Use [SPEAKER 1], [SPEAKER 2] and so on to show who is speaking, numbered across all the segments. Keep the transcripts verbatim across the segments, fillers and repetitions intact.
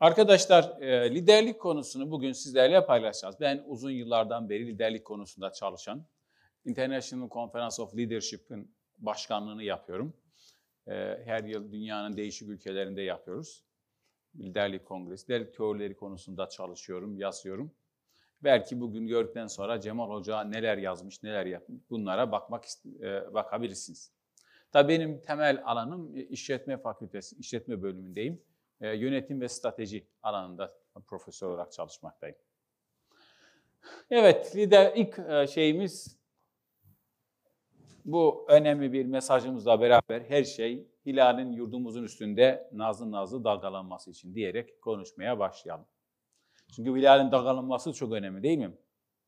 [SPEAKER 1] Arkadaşlar, e, liderlik konusunu bugün sizlerle paylaşacağız. Ben uzun yıllardan beri liderlik konusunda çalışan International Conference of Leadership'in başkanlığını yapıyorum. E, her yıl dünyanın değişik ülkelerinde yapıyoruz. Liderlik kongresi, liderlik teorileri konusunda çalışıyorum, yazıyorum. Belki bugün gördükten sonra Cemal Hoca neler yazmış, neler yapmış bunlara bakmak e, bakabilirsiniz. Tabii benim temel alanım işletme fakültesi, işletme bölümündeyim. Yönetim ve strateji alanında profesör olarak çalışmaktayım. Evet, lider ilk şeyimiz bu önemli bir mesajımızla beraber her şey hilalin yurdumuzun üstünde nazlı nazlı dalgalanması için diyerek konuşmaya başlayalım. Çünkü hilalin dalgalanması çok önemli değil mi?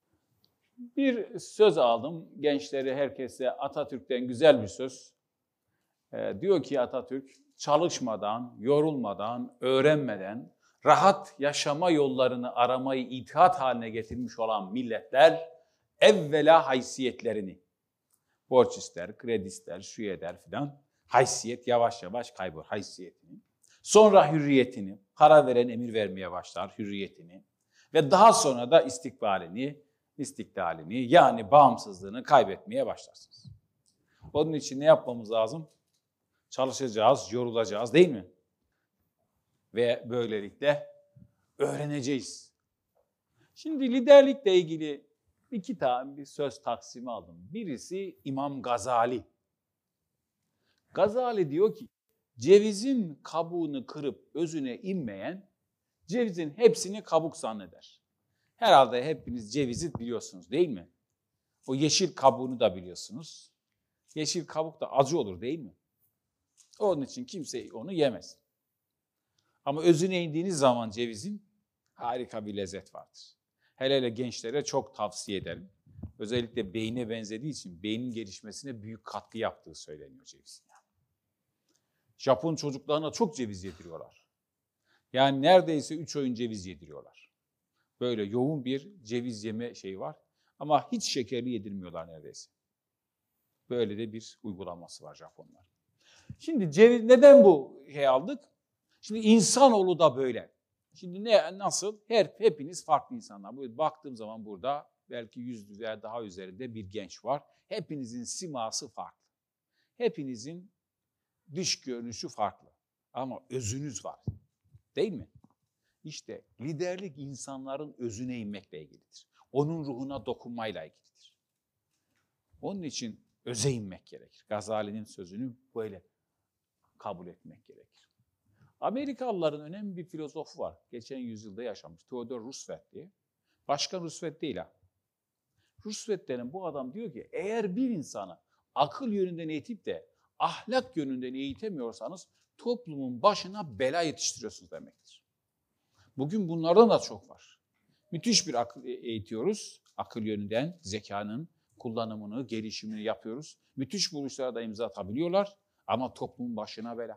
[SPEAKER 1] Bir söz aldım gençlere, herkese Atatürk'ten güzel bir söz. Ee, diyor ki Atatürk, çalışmadan, yorulmadan, öğrenmeden, rahat yaşama yollarını aramayı itihat haline getirmiş olan milletler evvela haysiyetlerini, borç ister, kredi ister, şu eder filan, haysiyet yavaş yavaş kaybolur haysiyetini. Sonra hürriyetini, karar veren emir vermeye başlar hürriyetini ve daha sonra da istikbalini, istiklalini yani bağımsızlığını kaybetmeye başlarsınız. Onun için ne yapmamız lazım? Çalışacağız, yorulacağız değil mi? Ve böylelikle öğreneceğiz. Şimdi liderlikle ilgili iki tane bir söz taksimi aldım. Birisi İmam Gazali. Gazali diyor ki, cevizin kabuğunu kırıp özüne inmeyen, cevizin hepsini kabuk zanneder. Herhalde hepiniz cevizi biliyorsunuz değil mi? O yeşil kabuğunu da biliyorsunuz. Yeşil kabuk da acı olur değil mi? Onun için kimse onu yemez. Ama özüne indiğiniz zaman cevizin harika bir lezzet vardır. Hele hele gençlere çok tavsiye ederim. Özellikle beyine benzediği için beynin gelişmesine büyük katkı yaptığı söyleniyor cevizin. Yani. Japon çocuklarına çok ceviz yediriyorlar. Yani neredeyse üç öğün ceviz yediriyorlar. Böyle yoğun bir ceviz yeme şeyi var. Ama hiç şekerli yedirmiyorlar neredeyse. Böyle de bir uygulaması var Japonlar. Şimdi ceviz, neden bu şey aldık? Şimdi insanoğlu da böyle. Şimdi ne nasıl? Her hepiniz farklı insanlar. Böyle baktığım zaman burada belki yüz veya daha üzerinde bir genç var. Hepinizin siması farklı. Hepinizin dış görünüşü farklı. Ama özünüz var. Değil mi? İşte liderlik insanların özüne inmekle ilgilidir. Onun ruhuna dokunmayla ilgilidir. Onun için öze inmek gerekir. Gazali'nin sözünü böyle kabul etmek gerekir. Amerikalıların önemli bir filozofu var. Geçen yüzyılda yaşamış. Theodore Roosevelt diye. Başkan Roosevelt değil ha. Roosevelt denen bu adam diyor ki eğer bir insanı akıl yönünden eğitip de ahlak yönünden eğitemiyorsanız toplumun başına bela yetiştiriyorsunuz demektir. Bugün bunlardan da çok var. Müthiş bir akıl eğitiyoruz. Akıl yönünden zekanın kullanımını, gelişimini yapıyoruz. Müthiş buluşlara da imza atabiliyorlar. Ama toplumun başına bela.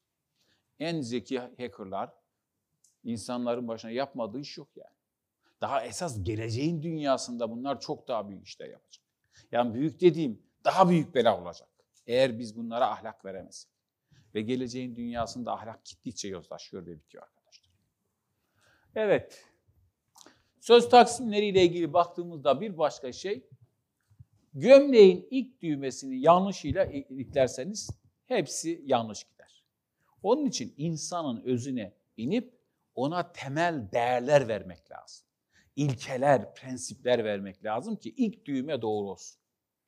[SPEAKER 1] En zeki hackerlar insanların başına yapmadığı iş yok yani. Daha esas geleceğin dünyasında bunlar çok daha büyük işler yapacak. Yani büyük dediğim daha büyük bela olacak. Eğer biz bunlara ahlak veremezsek. Ve geleceğin dünyasında ahlak gittikçe yozlaşıyor ve bitiyor arkadaşlar. Evet. Söz taksimleriyle ilgili baktığımızda bir başka şey, gömleğin ilk düğmesini yanlışıyla iliklerseniz hepsi yanlış gider. Onun için insanın özüne inip ona temel değerler vermek lazım. İlkeler, prensipler vermek lazım ki ilk düğme doğru olsun.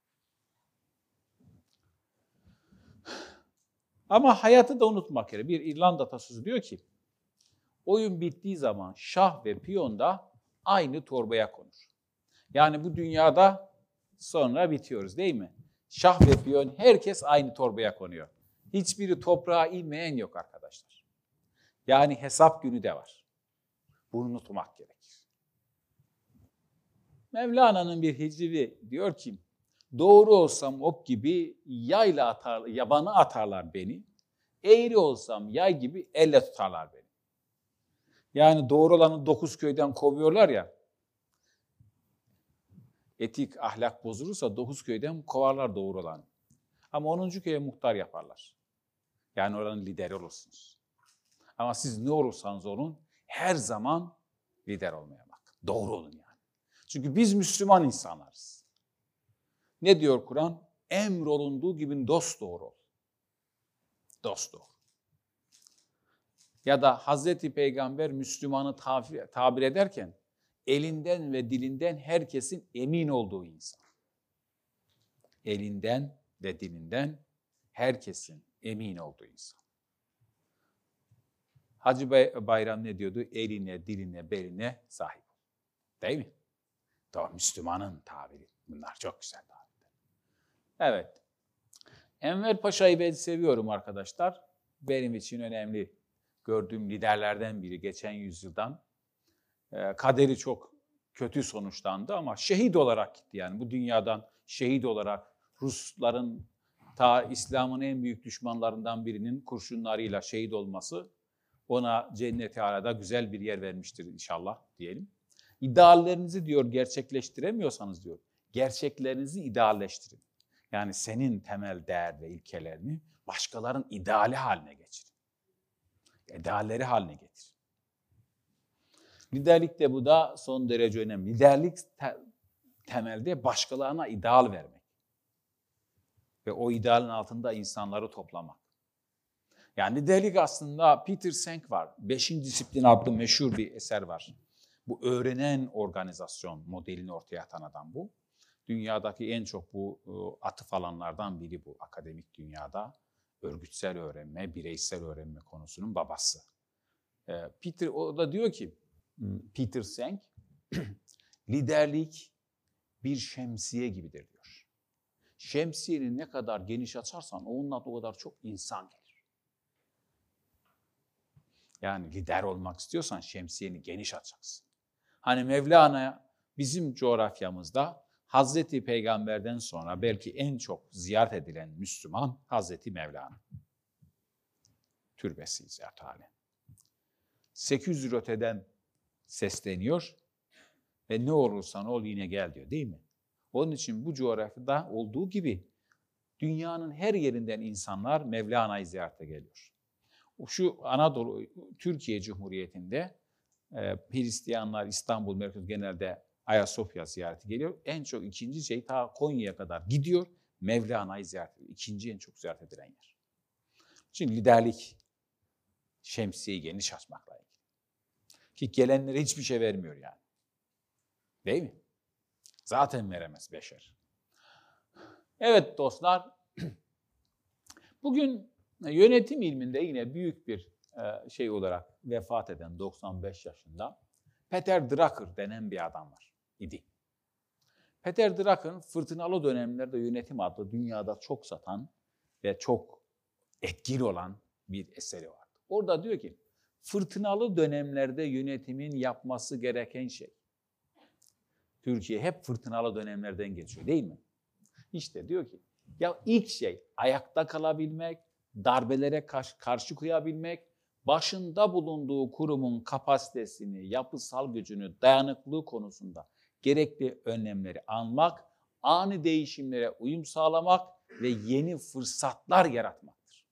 [SPEAKER 1] Ama hayatı da unutmak gerekir. Bir İrlanda atasözü diyor ki, oyun bittiği zaman şah ve piyon da aynı torbaya konur. Yani bu dünyada sonra bitiyoruz değil mi? Şah ve piyon herkes aynı torbaya konuyor. Hiçbiri toprağa inmeyen yok arkadaşlar. Yani hesap günü de var. Bunu unutmak gerekir. Mevlana'nın bir hicri diyor ki, doğru olsam ok gibi yayla atar, yabana atarlar beni. Eğri olsam yay gibi elle tutarlar beni. Yani doğru olanı dokuz köyden kovuyorlar ya. Etik, ahlak bozulursa dokuz köyden kovarlar doğru olanı. Ama onuncu köye muhtar yaparlar. Yani oranın lideri olursunuz. Ama siz ne olursanız olun, her zaman lider olmaya bak. Doğru olun yani. Çünkü biz Müslüman insanlarız. Ne diyor Kur'an? Emrolunduğu gibi dost doğru ol. Dost doğru. Ya da Hazreti Peygamber Müslümanı tabir ederken elinden ve dilinden herkesin emin olduğu insan. Elinden ve dilinden herkesin emin olduğu insan. Hacı Bayram ne diyordu? Eline, diline, beline sahip. Değil mi? Doğru, Müslümanın tabiri. Bunlar çok güzel tabirler. Evet. Enver Paşa'yı ben seviyorum arkadaşlar. Benim için önemli gördüğüm liderlerden biri geçen yüzyıldan. Kaderi çok kötü sonuçlandı ama şehit olarak gitti. Yani bu dünyadan şehit olarak Rusların ta İslam'ın en büyük düşmanlarından birinin kurşunlarıyla şehit olması ona cennet-i alada güzel bir yer vermiştir inşallah diyelim. İdeallerinizi diyor gerçekleştiremiyorsanız diyor, gerçeklerinizi idealleştirin. Yani senin temel değer ve ilkelerini başkalarının ideali haline getirin. İdealleri haline getir. Liderlik de bu da son derece önemli. Liderlik te- temelde başkalarına ideal vermek. Ve o idealin altında insanları toplamak. Yani liderlik aslında Peter Senge var. Beşinci Disiplin adlı meşhur bir eser var. Bu öğrenen organizasyon modelini ortaya atan adam bu. Dünyadaki en çok bu atıf alanlardan biri bu akademik dünyada. Örgütsel öğrenme, bireysel öğrenme konusunun babası. Peter o da diyor ki, Peter Senge, liderlik bir şemsiye gibidir diyor. Şemsiyeni ne kadar geniş açarsan onunla o kadar çok insan gelir. Yani lider olmak istiyorsan şemsiyeni geniş açacaksın. Hani Mevlana bizim coğrafyamızda Hazreti Peygamber'den sonra belki en çok ziyaret edilen Müslüman Hazreti Mevlana. Türbesi ziyaret hali. sekiz yüz öteden sesleniyor ve ne olursan ol yine gel diyor değil mi? Onun için bu coğrafyada olduğu gibi dünyanın her yerinden insanlar Mevlana'yı ziyarete geliyor. Şu Anadolu, Türkiye Cumhuriyeti'nde e, Hristiyanlar İstanbul merkezi genelde Ayasofya ziyareti geliyor. En çok ikinci şey ta Konya'ya kadar gidiyor. Mevlana'yı ziyaret ediyor. İkinci en çok ziyaret edilen yer. Şimdi liderlik şemsiyeyi geniş açmakla ilgili. Ki gelenlere hiçbir şey vermiyor yani. Değil mi? Zaten veremez beşer. Evet dostlar, bugün yönetim ilminde yine büyük bir şey olarak vefat eden doksan beş yaşında Peter Drucker denen bir adam var idi. Peter Drucker'ın Fırtınalı Dönemlerde Yönetim adlı dünyada çok satan ve çok etkili olan bir eseri vardı. Orada diyor ki, fırtınalı dönemlerde yönetimin yapması gereken şey. Türkiye hep fırtınalı dönemlerden geçiyor değil mi? İşte diyor ki, ya ilk şey ayakta kalabilmek, darbelere karşı, karşı koyabilmek, başında bulunduğu kurumun kapasitesini, yapısal gücünü, dayanıklılığı konusunda gerekli önlemleri almak, ani değişimlere uyum sağlamak ve yeni fırsatlar yaratmaktır.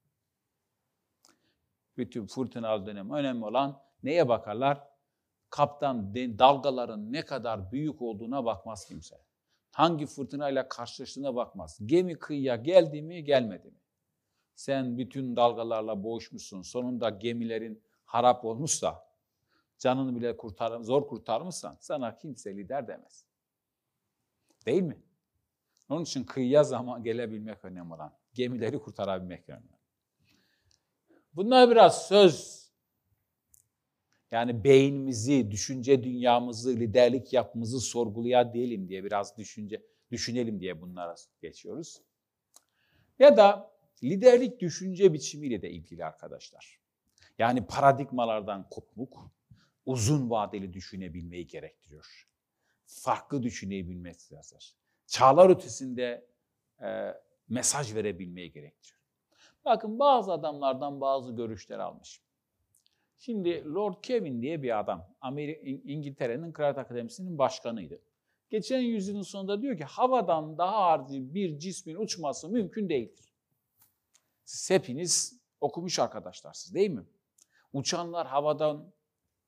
[SPEAKER 1] Bütün fırtınalı dönem önemli olan neye bakarlar? Kaptan dalgaların ne kadar büyük olduğuna bakmaz kimse. Hangi fırtınayla karşılaştığına bakmaz. Gemi kıyıya geldi mi, gelmedi mi? Sen bütün dalgalarla boğuşmuşsun. Sonunda gemilerin harap olmuşsa, canını bile kurtar, zor kurtarmışsan sana kimse lider demez. Değil mi? Onun için kıyıya zaman gelebilmek önemli olan. Gemileri kurtarabilmek önemli. Bunlar biraz söz. Yani beynimizi, düşünce dünyamızı, liderlik yapımızı sorgulayabilelim diye biraz düşünce düşünelim diye bunlara geçiyoruz. Ya da liderlik düşünce biçimiyle de ilgili arkadaşlar. Yani paradigmalardan kopmak, uzun vadeli düşünebilmeyi gerektiriyor. Farklı düşünebilmek lazım. Çağlar ötesinde e, mesaj verebilmeyi gerektiriyor. Bakın bazı adamlardan bazı görüşler almışım. Şimdi Lord Kelvin diye bir adam, İngiltere'nin Kraliyet Akademisi'nin başkanıydı. Geçen yüzyılın sonunda diyor ki havadan daha ağır bir cismin uçması mümkün değildir. Siz hepiniz okumuş arkadaşlarsınız değil mi? Uçanlar havadan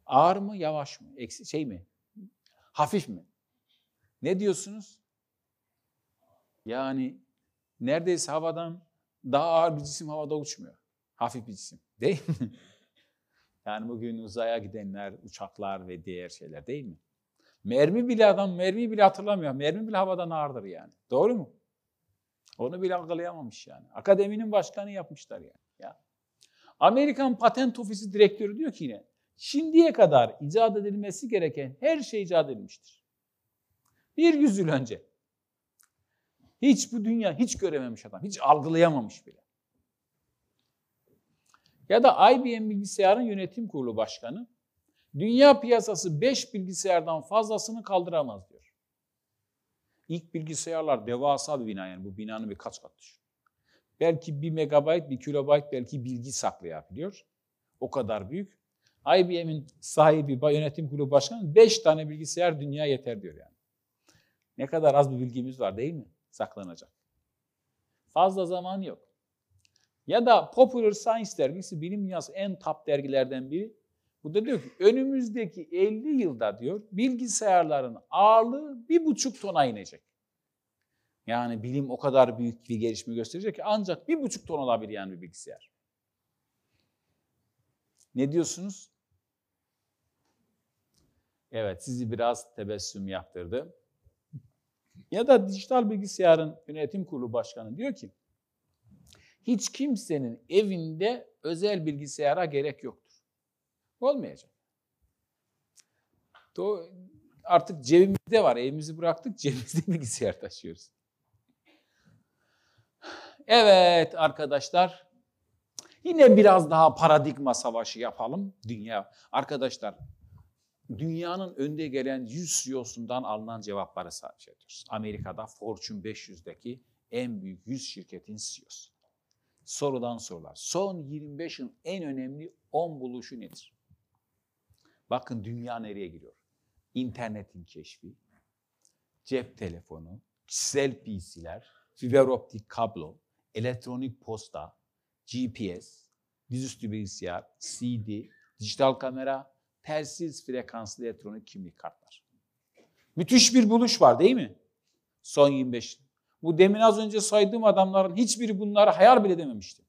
[SPEAKER 1] Ağır mı, yavaş mı? Eksi, şey mi? Hafif mi? Ne diyorsunuz? Yani neredeyse havadan daha ağır bir cisim havada uçmuyor. Hafif bir cisim. Değil mi? Yani bugün uzaya gidenler, uçaklar ve diğer şeyler değil mi? Mermi bile adam, mermiyi bile hatırlamıyor. Mermi bile havadan ağırdır yani. Doğru mu? Onu bile algılayamamış yani. Akademinin başkanı yapmışlar yani. Ya. Amerikan Patent Ofisi direktörü diyor ki yine, şimdiye kadar icat edilmesi gereken her şey icat edilmiştir. Bir yüzyıl önce. Hiç bu dünya hiç görememiş adam, hiç algılayamamış bile. Ya da I B M Bilgisayar'ın yönetim kurulu başkanı, dünya piyasası beş bilgisayardan fazlasını kaldıramaz diyor. İlk bilgisayarlar devasa bir bina, yani bu binanın birkaç kat düşün. Belki bir megabayt, bir kilobayt belki bilgi saklayabiliyor. O kadar büyük. I B M'in sahibi, yönetim kurulu başkanı beş tane bilgisayar dünya yeter diyor yani. Ne kadar az bir bilgimiz var değil mi? Saklanacak. Fazla zaman yok. Ya da Popular Science dergisi bilim dünyası en top dergilerden biri. Bu da diyor ki önümüzdeki elli yılda diyor bilgisayarların ağırlığı bir buçuk tona inecek. Yani bilim o kadar büyük bir gelişme gösterecek ki ancak bir buçuk ton olabilir yani bir bilgisayar. Ne diyorsunuz? Evet, sizi biraz tebessüm yaptırdı. Ya da dijital bilgisayarın yönetim kurulu başkanı diyor ki hiç kimsenin evinde özel bilgisayara gerek yoktur. Olmayacak. Artık cebimizde var, evimizi bıraktık, cebimizde bilgisayar taşıyoruz. Evet arkadaşlar, yine biraz daha paradigma savaşı yapalım. Dünya, arkadaşlar, dünyanın önde gelen yüz C E O'sundan alınan cevapları şey ediyoruz. Amerika'da Fortune beş yüzdeki en büyük yüz şirketin C E O'su. Sorulan sorular. Son yirmi beş yılın en önemli on buluşu nedir? Bakın dünya nereye giriyor? İnternetin keşfi, cep telefonu, kişisel P C'ler, fiber optik kablo, elektronik posta, G P S, dizüstü bilgisayar, C D, dijital kamera, telsiz frekanslı elektronik kimlik kartlar. Müthiş bir buluş var değil mi? Son yirmi beş yıl. Bu demin az önce saydığım adamların hiçbiri bunları hayal bile edememişti.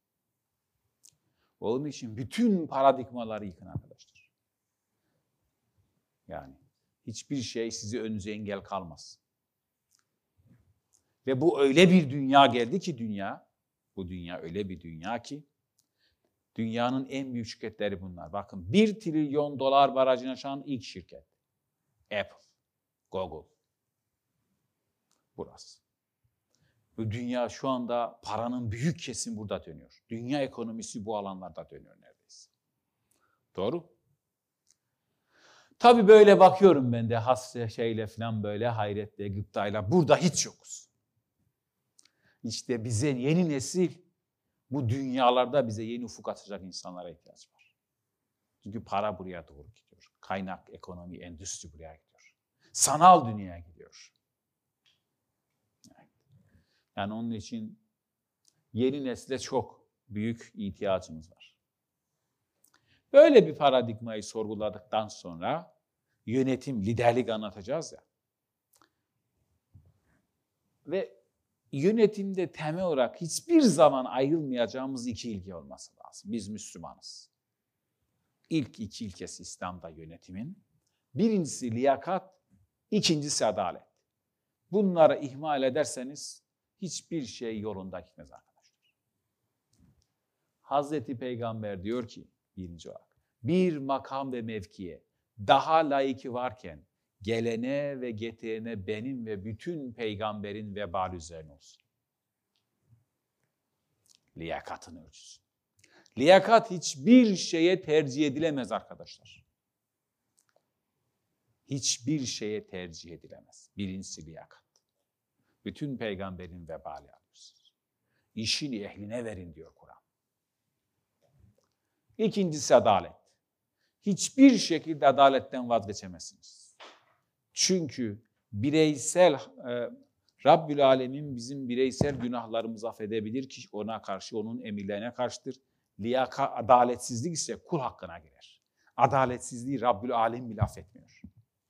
[SPEAKER 1] Onun için bütün paradigmaları yıkın arkadaşlar. Yani hiçbir şey sizi önünüze engel kalmaz. Ve bu öyle bir dünya geldi ki dünya, bu dünya öyle bir dünya ki dünyanın en büyük şirketleri bunlar. Bakın bir trilyon dolar barajını aşan ilk şirket. Apple, Google. Burası. Bu dünya şu anda paranın büyük kesim burada dönüyor. Dünya ekonomisi bu alanlarda dönüyor neredeyse. Doğru. Tabii böyle bakıyorum ben de hasre şeyle falan böyle hayretle, gıptayla. Burada hiç yokuz. İşte bize yeni nesil bu dünyalarda bize yeni ufuk açacak insanlara ihtiyaç var. Çünkü para buraya doğru gidiyor. Kaynak, ekonomi, endüstri buraya gidiyor. Sanal dünyaya gidiyor. Yani onun için yeni nesle çok büyük ihtiyacımız var. Böyle bir paradigmayı sorguladıktan sonra yönetim, liderlik anlatacağız ya. Ve yönetimde temel olarak hiçbir zaman ayrılmayacağımız iki ilke olması lazım. Biz Müslümanız. İlk iki ilkesi İslam'da yönetimin. Birincisi liyakat, ikincisi adalet. Bunları ihmal ederseniz hiçbir şey yolunda gitmez arkadaşlar. Hazreti Peygamber diyor ki birinci olarak, bir makam ve mevkiye daha layıkı varken gelene ve getirene benim ve bütün peygamberin vebali üzerine olsun. Liyakatın ölçüsü. Liyakat hiçbir şeye tercih edilemez arkadaşlar. Hiçbir şeye tercih edilemez. Birincisi liyakat. Bütün peygamberin vebali alıyorsunuz. İşini ehline verin diyor Kur'an. İkincisi adalet. Hiçbir şekilde adaletten vazgeçemezsiniz. Çünkü bireysel, e, Rabbül Alemin bizim bireysel günahlarımızı affedebilir ki ona karşı, onun emirlerine karşıdır. Liyaka, adaletsizlik ise kul hakkına girer. Adaletsizliği Rabbül Alem bile affetmiyor.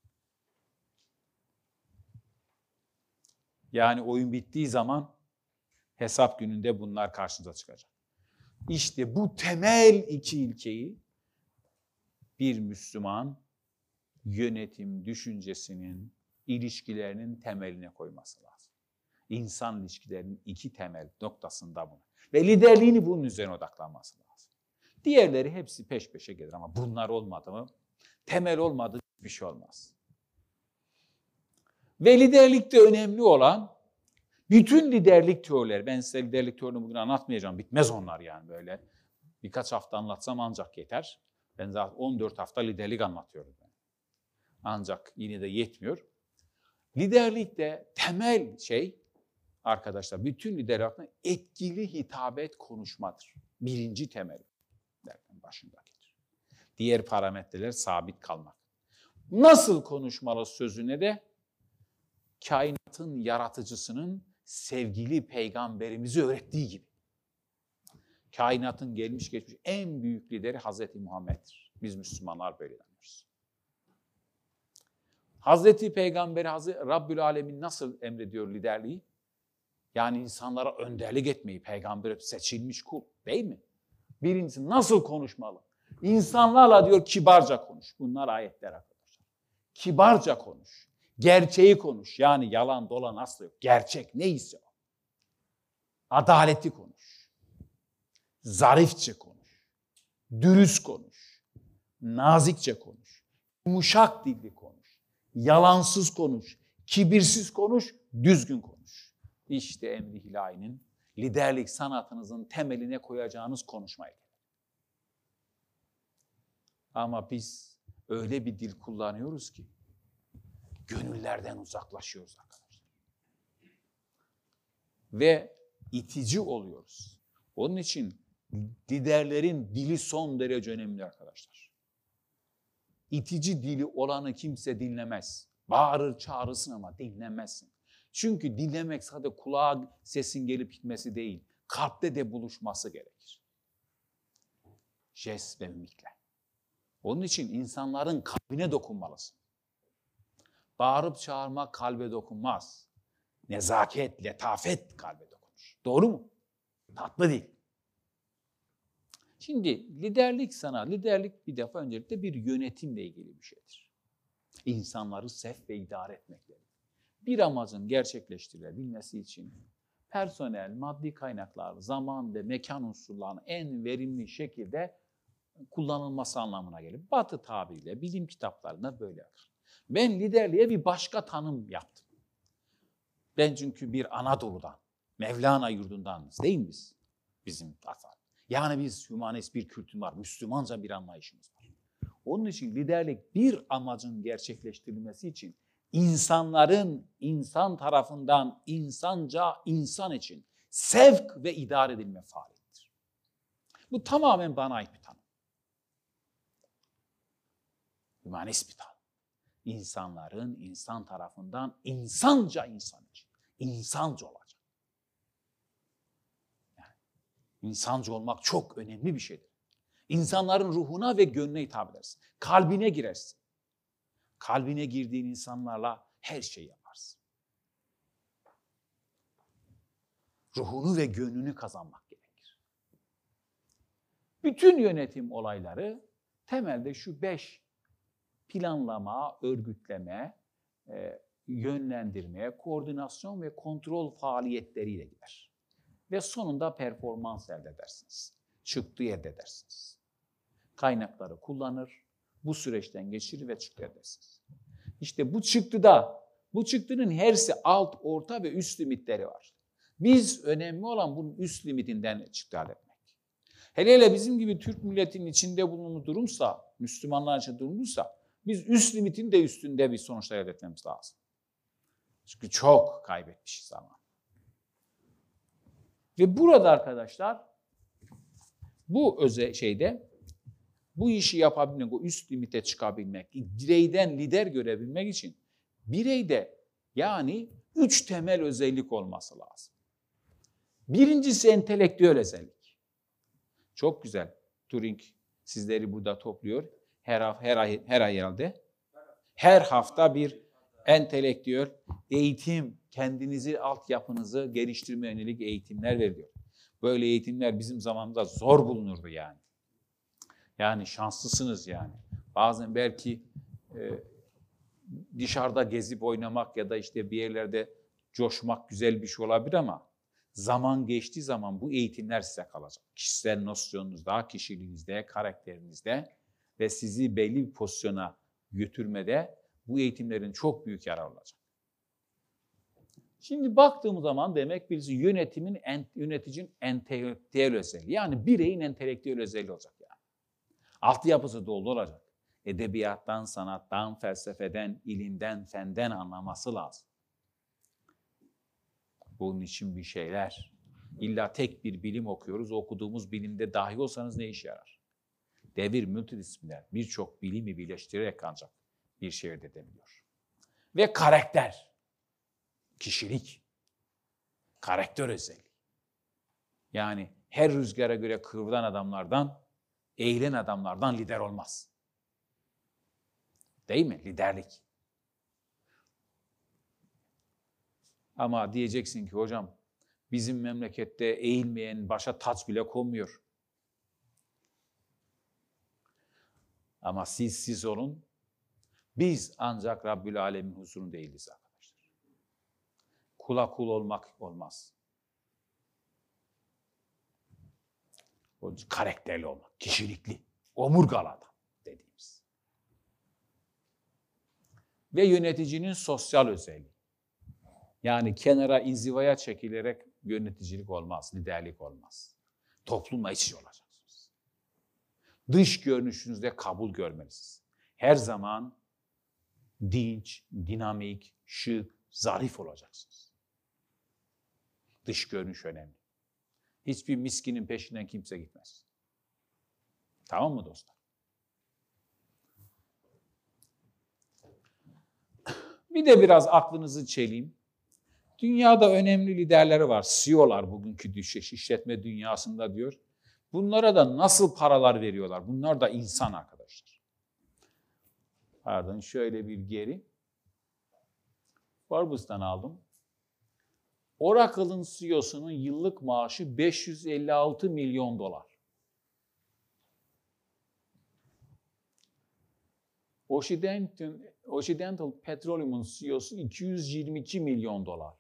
[SPEAKER 1] Yani oyun bittiği zaman hesap gününde bunlar karşınıza çıkacak. İşte bu temel iki ilkeyi bir Müslüman yönetim düşüncesinin, ilişkilerinin temeline koyması lazım. İnsan ilişkilerinin iki temel noktasında bunu. Ve liderliğini bunun üzerine odaklanması lazım. Diğerleri hepsi peş peşe gelir ama bunlar olmadı mı, temel olmadı bir şey olmaz. Ve liderlikte önemli olan bütün liderlik teorileri, ben size liderlik teorilerini bugün anlatmayacağım, bitmez onlar yani böyle. Birkaç hafta anlatsam ancak yeter. Ben zaten on dört hafta liderlik anlatıyorum. Yani. Ancak yine de yetmiyor. Liderlikte temel şey arkadaşlar, bütün liderlikte etkili hitabet konuşmadır. Birinci temel derken başındakidir. Diğer parametreler sabit kalmak. Nasıl konuşmalı sözüne de kainatın yaratıcısının sevgili peygamberimizi öğrettiği gibi. Kainatın gelmiş geçmiş en büyük lideri Hazreti Muhammed'dir. Biz Müslümanlar böyle inanıyoruz. Hazreti Peygamber Hazreti Rabbül Alemin nasıl emrediyor liderliği? Yani insanlara önderlik etmeyi, peygamber seçilmiş kul değil mi? Birincisi nasıl konuşmalı? İnsanlarla diyor kibarca konuş. Bunlar ayetler arkadaşlar. Kibarca konuş. Gerçeği konuş. Yani yalan dolan asla yok. Gerçek neyse o. Adaleti konuş. Zarifçe konuş. Dürüst konuş. Nazikçe konuş. Yumuşak dilli konuş. Yalansız konuş. Kibirsiz konuş. Düzgün konuş. İşte emri ilahinin liderlik sanatınızın temeline koyacağınız konuşmayı. Ama biz öyle bir dil kullanıyoruz ki gönüllerden uzaklaşıyoruz arkadaşlar. Ve itici oluyoruz. Onun için liderlerin dili son derece önemli arkadaşlar. İtici dili olanı kimse dinlemez. Bağırır çağırırsın ama dinlemezsin. Çünkü dinlemek sadece kulağa sesin gelip gitmesi değil, kalpte de buluşması gerekir. Jest ve mimikle. Onun için insanların kalbine dokunmalısın. Bağırıp çağırmak kalbe dokunmaz. Nezaket, letafet kalbe dokunur. Doğru mu? Tatlı değil. Şimdi liderlik sana, liderlik bir defa öncelikle bir yönetimle ilgili bir şeydir. İnsanları sevk ve idare etmekle. Bir amacın gerçekleştirilebilmesi için personel, maddi kaynaklar, zaman ve mekan unsurlarının en verimli şekilde kullanılması anlamına gelir. Batı tabiriyle bilim kitaplarında böyle akar. Ben liderliğe bir başka tanım yaptım. Ben çünkü bir Anadolu'dan, Mevlana yurdundanız değil mi biz? Bizim atar. Yani biz hümanist bir kültür var, Müslümanca bir anlayışımız var. Onun için liderlik bir amacın gerçekleştirilmesi için insanların insan tarafından insanca insan için sevk ve idare edilme faaliyetidir. Bu tamamen bana ait bir tanım. Hümanist bir tanım. İnsanların insan tarafından insanca insan için. İnsanca olacak. Yani insanca olmak çok önemli bir şeydir. İnsanların ruhuna ve gönlüne hitap edersin. Kalbine girersin. Kalbine girdiğin insanlarla her şeyi yaparsın. Ruhunu ve gönlünü kazanmak gerekir. Bütün yönetim olayları temelde şu beş planlama, örgütleme, e, yönlendirme, koordinasyon ve kontrol faaliyetleriyle gider. Ve sonunda performans elde edersiniz. Çıktı elde edersiniz. Kaynakları kullanır, bu süreçten geçirir ve çıktı edersiniz. İşte bu çıktıda, bu çıktının hersi alt, orta ve üst limitleri var. Biz önemli olan bunun üst limitinden çıktı elde etmek. Hele hele bizim gibi Türk milletinin içinde bulunduğu durumsa, Müslümanlar için durumduysa, biz üst limitin de üstünde bir sonuçlar elde etmemiz lazım. Çünkü çok kaybetmişiz zaman. Ve burada arkadaşlar, bu özel şeyde, bu işi yapabilmek, o üst limite çıkabilmek, bireyden lider görebilmek için bireyde yani üç temel özellik olması lazım. Birincisi entelektüel özellik. Çok güzel. Turing sizleri burada topluyor. Her, her ay, her ay herhalde. Her hafta bir entelektüel eğitim, kendinizi, altyapınızı geliştirme yönelik eğitimler veriliyor. Böyle eğitimler bizim zamanımızda zor bulunurdu yani. Yani şanslısınız yani. Bazen belki e, dışarıda gezip oynamak ya da işte bir yerlerde coşmak güzel bir şey olabilir ama zaman geçtiği zaman bu eğitimler size kalacak. Kişisel nosyonunuzda, kişiliğinizde, karakterinizde ve sizi belli bir pozisyona götürmede bu eğitimlerin çok büyük yararı olacak. Şimdi baktığımız zaman demek birisi yönetimin, yöneticinin entelektüel özelliği. Yani bireyin entelektüel özelliği olacak yani. Altyapısı dolu olacak. Edebiyattan, sanattan, felsefeden, ilimden, fenden anlaması lazım. Bunun için bir şeyler. İlla tek bir bilim okuyoruz. Okuduğumuz bilimde dahi olsanız ne işe yarar? Devir multidisipliner. Birçok bilimi birleştirerek ancak bir şey elde edebiliyor. Ve karakter. Kişilik. Karakter özelliği. Yani her rüzgara göre kıvrılan adamlardan, eğilen adamlardan lider olmaz. Değil mi? Liderlik. Ama diyeceksin ki hocam bizim memlekette eğilmeyen başa taç bile konmuyor. Ama siz siz olun. Biz ancak Rabbül Alemin huzurunda değiliz arkadaşlar. Kula kul olmak olmaz. O karakterli olmak, kişilikli, omurgalı adam dediğimiz. Ve yöneticinin sosyal özelliği. Yani kenara, inzivaya çekilerek yöneticilik olmaz, liderlik olmaz. Toplumla iç içe olacaksınız. Dış görünüşünüzde kabul görmelisiniz. Her zaman dinç, dinamik, şık, zarif olacaksınız. Dış görünüş önemli. Hiçbir miskinin peşinden kimse gitmez. Tamam mı dostlar? Bir de biraz aklınızı çeleyim. Dünyada önemli liderleri var. C E O'lar bugünkü düşüş işletme dünyasında diyor. Bunlara da nasıl paralar veriyorlar? Bunlar da insan arkadaşlar. Pardon şöyle bir geri. Forbes'tan aldım. Oracle'ın C E O'sunun yıllık maaşı beş yüz elli altı milyon dolar. Occidental, Occidental Petroleum'un C E O'su iki yüz yirmi iki milyon dolar.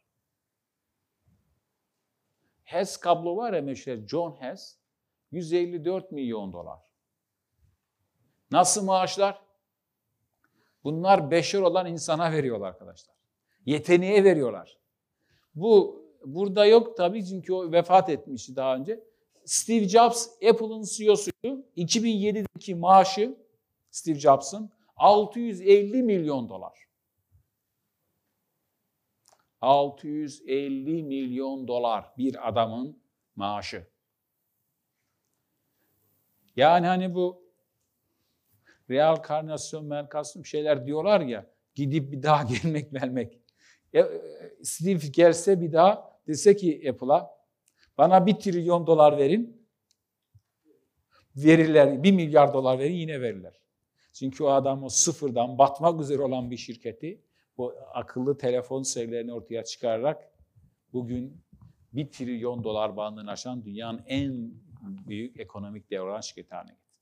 [SPEAKER 1] Hess kablo var ya meşhur John Hess, yüz elli dört milyon dolar. Nasıl maaşlar? Bunlar beşer olan insana veriyorlar arkadaşlar. Yeteneğe veriyorlar. Bu burada yok tabii çünkü o vefat etmişti daha önce. Steve Jobs Apple'ın C E O'suydu. iki bin yedideki maaşı Steve Jobs'ın altı yüz elli milyon dolar. altı yüz elli milyon dolar bir adamın maaşı. Yani hani bu reenkarnasyon, merkasyon şeyler diyorlar ya, gidip bir daha gelmek, vermek. Steve gelse bir daha dese ki Apple'a, bana bir trilyon dolar verin, verirler, bir milyar dolar verin yine verirler. Çünkü o adam o sıfırdan batmak üzere olan bir şirketi, bu akıllı telefon serilerini ortaya çıkararak bugün bir trilyon dolar bandını aşan dünyanın en büyük ekonomik dev olan şirketi haline getirdi.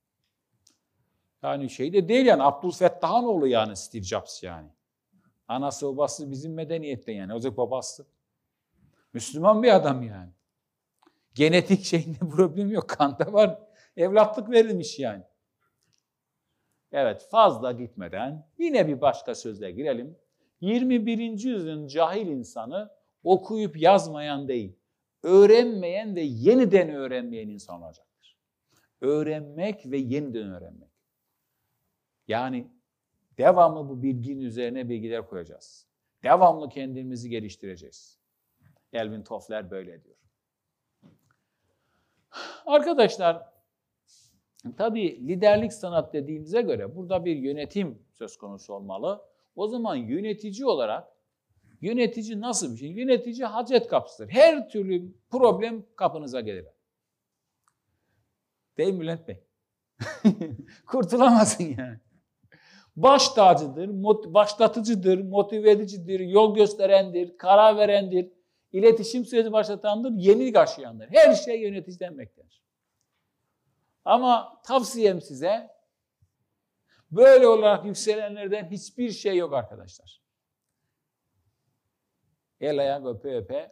[SPEAKER 1] Yani şey de değil yani Abdülfettah'ın oğlu yani Steve Jobs yani. Anası babası bizim medeniyette yani. Ocak babası. Müslüman bir adam yani. Genetik şeyinde problem yok. Kanda var. Evlatlık verilmiş yani. Evet fazla gitmeden yine bir başka sözle girelim. yirmi birinci yüzyılın cahil insanı okuyup yazmayan değil, öğrenmeyen ve yeniden öğrenmeyen insan olacaktır. Öğrenmek ve yeniden öğrenmek. Yani devamlı bu bilginin üzerine bilgiler koyacağız. Devamlı kendimizi geliştireceğiz. Elvin Toffler böyle diyor. Arkadaşlar, tabii liderlik sanat dediğimize göre burada bir yönetim söz konusu olmalı. O zaman yönetici olarak, yönetici nasıl bir şey? Yönetici hacet kapısıdır. Her türlü problem kapınıza gelir. Değil mi Bülent Bey? Kurtulamazsın yani. Baş tacıdır, mot- başlatıcıdır, motive edicidir, yol gösterendir, karar verendir, iletişim süreci başlatandır, yenilik aşıyandır. Her şey yöneticiden beklenir. Ama tavsiyem size, böyle olarak yükselenlerden hiçbir şey yok arkadaşlar. El ayak öpe öpe.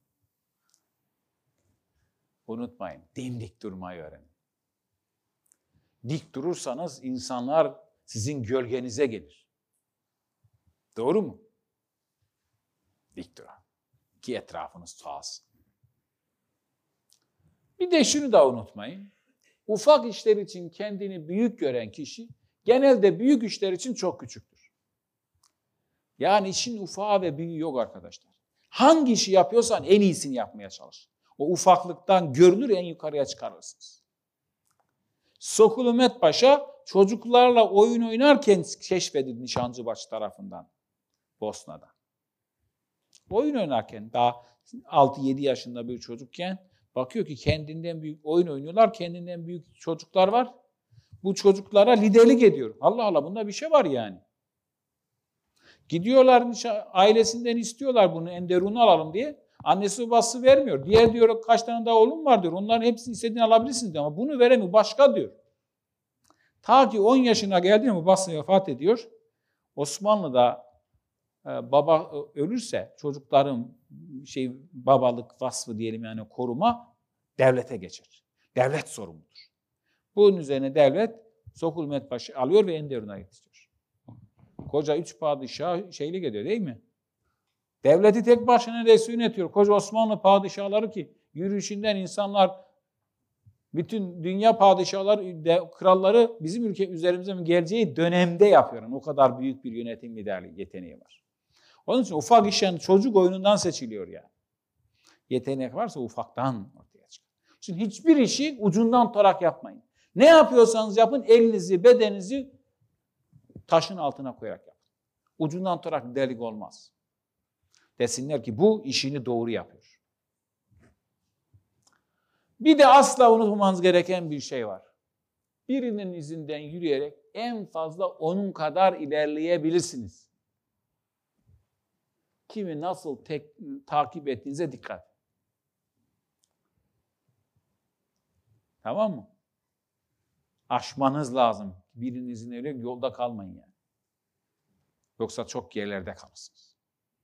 [SPEAKER 1] Unutmayın, dimdik durmayı öğrenin. Dik durursanız insanlar sizin gölgenize gelir. Doğru mu? Dik durun. Ki etrafınız çoğalsın. Bir de şunu da unutmayın. Ufak işler için kendini büyük gören kişi genelde büyük işler için çok küçüktür. Yani işin ufağı ve büyüğü yok arkadaşlar. Hangi işi yapıyorsan en iyisini yapmaya çalış. O ufaklıktan görülür, en yukarıya çıkarırsınız. Sokul Mehmet Paşa çocuklarla oyun oynarken keşfedildi Nişancıbaşı tarafından, Bosna'da. Oyun oynarken, daha altı yedi yaşında bir çocukken bakıyor ki kendinden büyük oyun oynuyorlar, kendinden büyük çocuklar var. Bu çocuklara liderlik ediyor. Allah Allah, bunda bir şey var yani. Gidiyorlar, ailesinden istiyorlar bunu, Enderun'u alalım diye. Annesi babası vermiyor. Diğer diyor kaç tane daha oğlum var diyor. Onların hepsini istediğini alabilirsiniz diyor. Ama bunu veremiyor, başka diyor. Ta ki on yaşına geldi mi babası vefat ediyor. Osmanlı'da e, baba ölürse çocukların şey babalık vasfı diyelim, yani koruma devlete geçer. Devlet sorumludur. Bunun üzerine devlet Sokul Mehmet Paşa alıyor ve Enderun'a getiriyor. Koca üç padişah şeylik ediyor değil mi? Devleti tek başına reis yönetiyor. Koca Osmanlı padişahları ki yürüyüşünden insanlar, bütün dünya padişahları, kralları bizim ülke üzerimize geleceği dönemde yapıyor. O kadar büyük bir yönetim liderliği yeteneği var. Onun için ufak işen çocuk oyunundan seçiliyor yani. Yetenek varsa ufaktan ortaya çıkar. Şimdi hiçbir işi ucundan tutarak yapmayın. Ne yapıyorsanız yapın, elinizi, bedeninizi taşın altına koyarak yapın. Ucundan tutarak delik olmaz. Desinler ki bu işini doğru yapıyor. Bir de asla unutmamanız gereken bir şey var. Birinin izinden yürüyerek en fazla onun kadar ilerleyebilirsiniz. Kimi nasıl tek, takip ettiğinize dikkat. Tamam mı? Aşmanız lazım. Birinizin öyle yolda kalmayın yani. Yoksa çok yerlerde kalırsınız.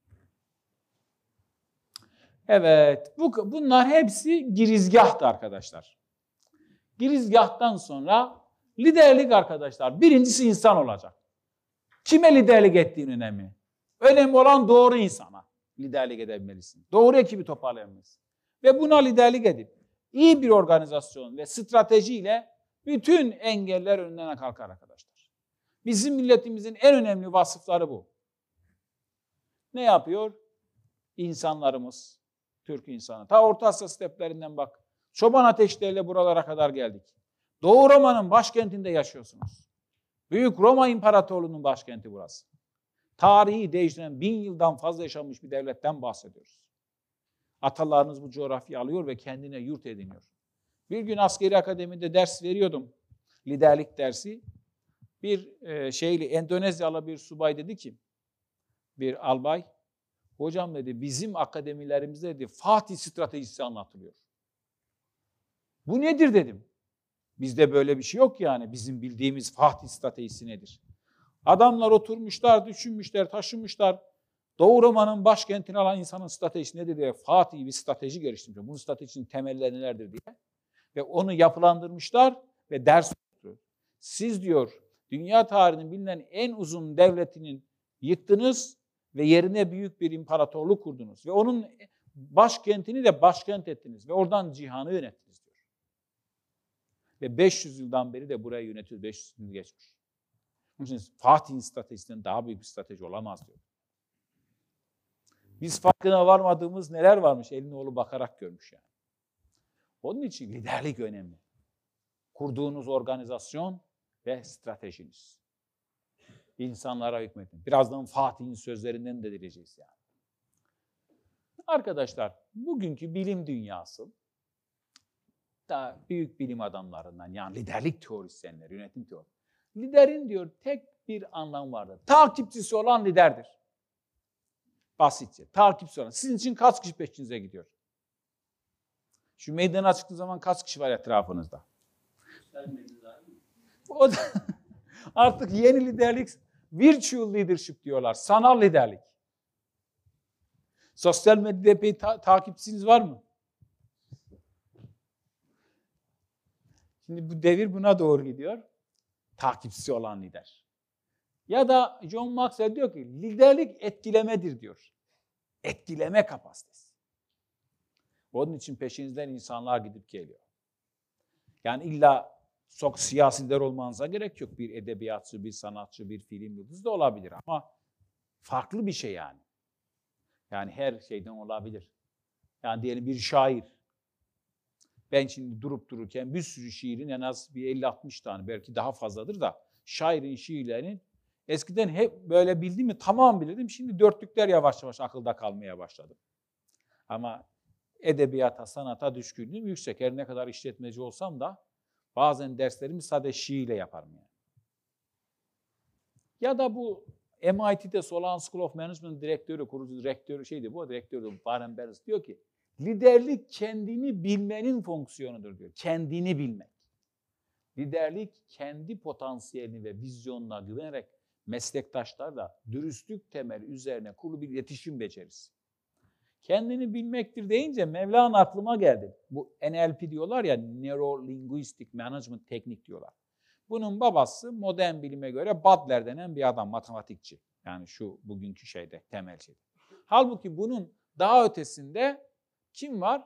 [SPEAKER 1] Evet, bu, bunlar hepsi girizgahtı arkadaşlar. Girizgahtan sonra liderlik arkadaşlar. Birincisi insan olacak. Kime liderlik ettiğin önemli. Önemli olan doğru insana liderlik edebilmelisin. Doğru ekibi toparlayabilmelisin. Ve buna liderlik edip iyi bir organizasyon ve stratejiyle bütün engeller önüne kalkar arkadaşlar. Bizim milletimizin en önemli vasıfları bu. Ne yapıyor? İnsanlarımız, Türk insanı. Ta Orta Asya steplerinden bak. Çoban ateşleriyle buralara kadar geldik. Doğu Roma'nın başkentinde yaşıyorsunuz. Büyük Roma İmparatorluğu'nun başkenti burası. Tarihi değiştiren bin yıldan fazla yaşanmış bir devletten bahsediyoruz. Atalarınız bu coğrafyayı alıyor ve kendine yurt ediniyor. Bir gün askeri akademide ders veriyordum. Liderlik dersi. Bir e, şeyli Endonezyalı bir subay dedi ki, bir albay, hocam dedi, bizim akademilerimizde dedi, Fatih stratejisi anlatılıyor. Bu nedir dedim. Bizde böyle bir şey yok yani. Bizim bildiğimiz Fatih stratejisi nedir? Adamlar oturmuşlar, düşünmüşler, taşınmışlar. Doğu Roma'nın başkentini alan insanın stratejisi nedir diye Fatih bir strateji geliştirmiş. Bunun stratejisinin temelleri nelerdir diye. Ve onu yapılandırmışlar ve ders tutuyor. Siz diyor, dünya tarihinin bilinen en uzun devletinin yıktınız ve yerine büyük bir imparatorluk kurdunuz. Ve onun başkentini de başkent ettiniz ve oradan cihanı yönettiniz diyor. Ve beş yüz yıldan beri de burayı yönetiyor. beş yüz yıl geçmiş. Onun için Fatih'in stratejisinden daha büyük bir strateji olamaz diyor. Biz farkına varmadığımız neler varmış, elin oğlu bakarak görmüş yani. Onun için liderlik önemli. Kurduğunuz organizasyon ve stratejiniz. İnsanlara hükmetin. Birazdan Fatih'in sözlerinden de dileyeceğiz yani. Arkadaşlar, bugünkü bilim dünyası hatta büyük bilim adamlarından yani liderlik teorisyenleri, yönetim teori. Liderin diyor tek bir anlamı vardır. Takipçisi olan liderdir. Basitçe. Takipçisi olan. Sizin için kaç kişi peşinize gidiyor? Şu meydana çıktığı zaman kaç kişi var etrafınızda? O da artık yeni liderlik, virtual leadership diyorlar. Sanal liderlik. Sosyal medyada epey ta- takipçiniz var mı? Şimdi bu devir buna doğru gidiyor. Takipçisi olan lider. Ya da John Maxwell diyor ki liderlik etkilemedir diyor. Etkileme kapasitesi. Onun için peşinizden insanlar gidip geliyor. Yani illa çok siyasi lider olmanıza gerek yok. Bir edebiyatçı, bir sanatçı, bir film yıldızı da olabilir ama farklı bir şey yani. Yani her şeyden olabilir. Yani diyelim bir şair. Ben şimdi durup dururken bir sürü şiirin en az bir elli altmış tane belki daha fazladır da şairin şiirlerinin eskiden hep böyle bildim mi tamam bilirdim. Şimdi dörtlükler yavaş yavaş akılda kalmaya başladı. Ama edebiyata, sanata düşkünlüğüm yüksek. Her ne kadar işletmeci olsam da bazen derslerimi sadece şiirle yaparım yani. Ya da bu M I T'de Solon School of Management direktörü, kurucu direktörü şeydi bu direktörü Warren Barris diyor ki liderlik kendini bilmenin fonksiyonudur diyor. Kendini bilmek. Liderlik kendi potansiyelini ve vizyonuna güvenerek meslektaşlarla dürüstlük temeli üzerine kurulu bir iletişim becerisi. Kendini bilmektir deyince Mevlana aklıma geldi. Bu N L P diyorlar ya, Neuro Linguistic Management Teknik diyorlar. Bunun babası modern bilime göre Butler denen bir adam, matematikçi. Yani şu bugünkü şeyde, temel şeyde. Halbuki bunun daha ötesinde kim var?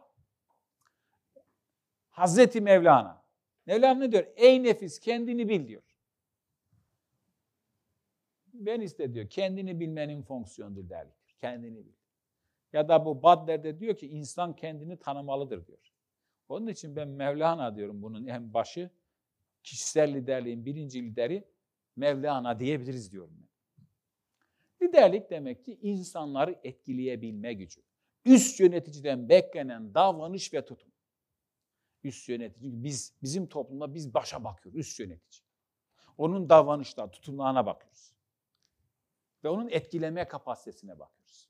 [SPEAKER 1] Hazreti Mevlana. Mevlana ne diyor? Ey nefis kendini bil diyor. Ben iste diyor, kendini bilmenin fonksiyonudur derliktir. Kendini bil. Ya da bu Butler'de diyor ki insan kendini tanımalıdır diyor. Onun için ben Mevlana diyorum bunun en başı. Kişisel liderliğin birinci lideri Mevlana diyebiliriz diyorum ben. Liderlik demek ki insanları etkileyebilme gücü. Üst yöneticiden beklenen davranış ve tutum. Üst yönetici, biz bizim toplumda biz başa bakıyoruz, üst yönetici. Onun davranışlarına, tutumlarına bakıyoruz. Ve onun etkileme kapasitesine bakıyoruz.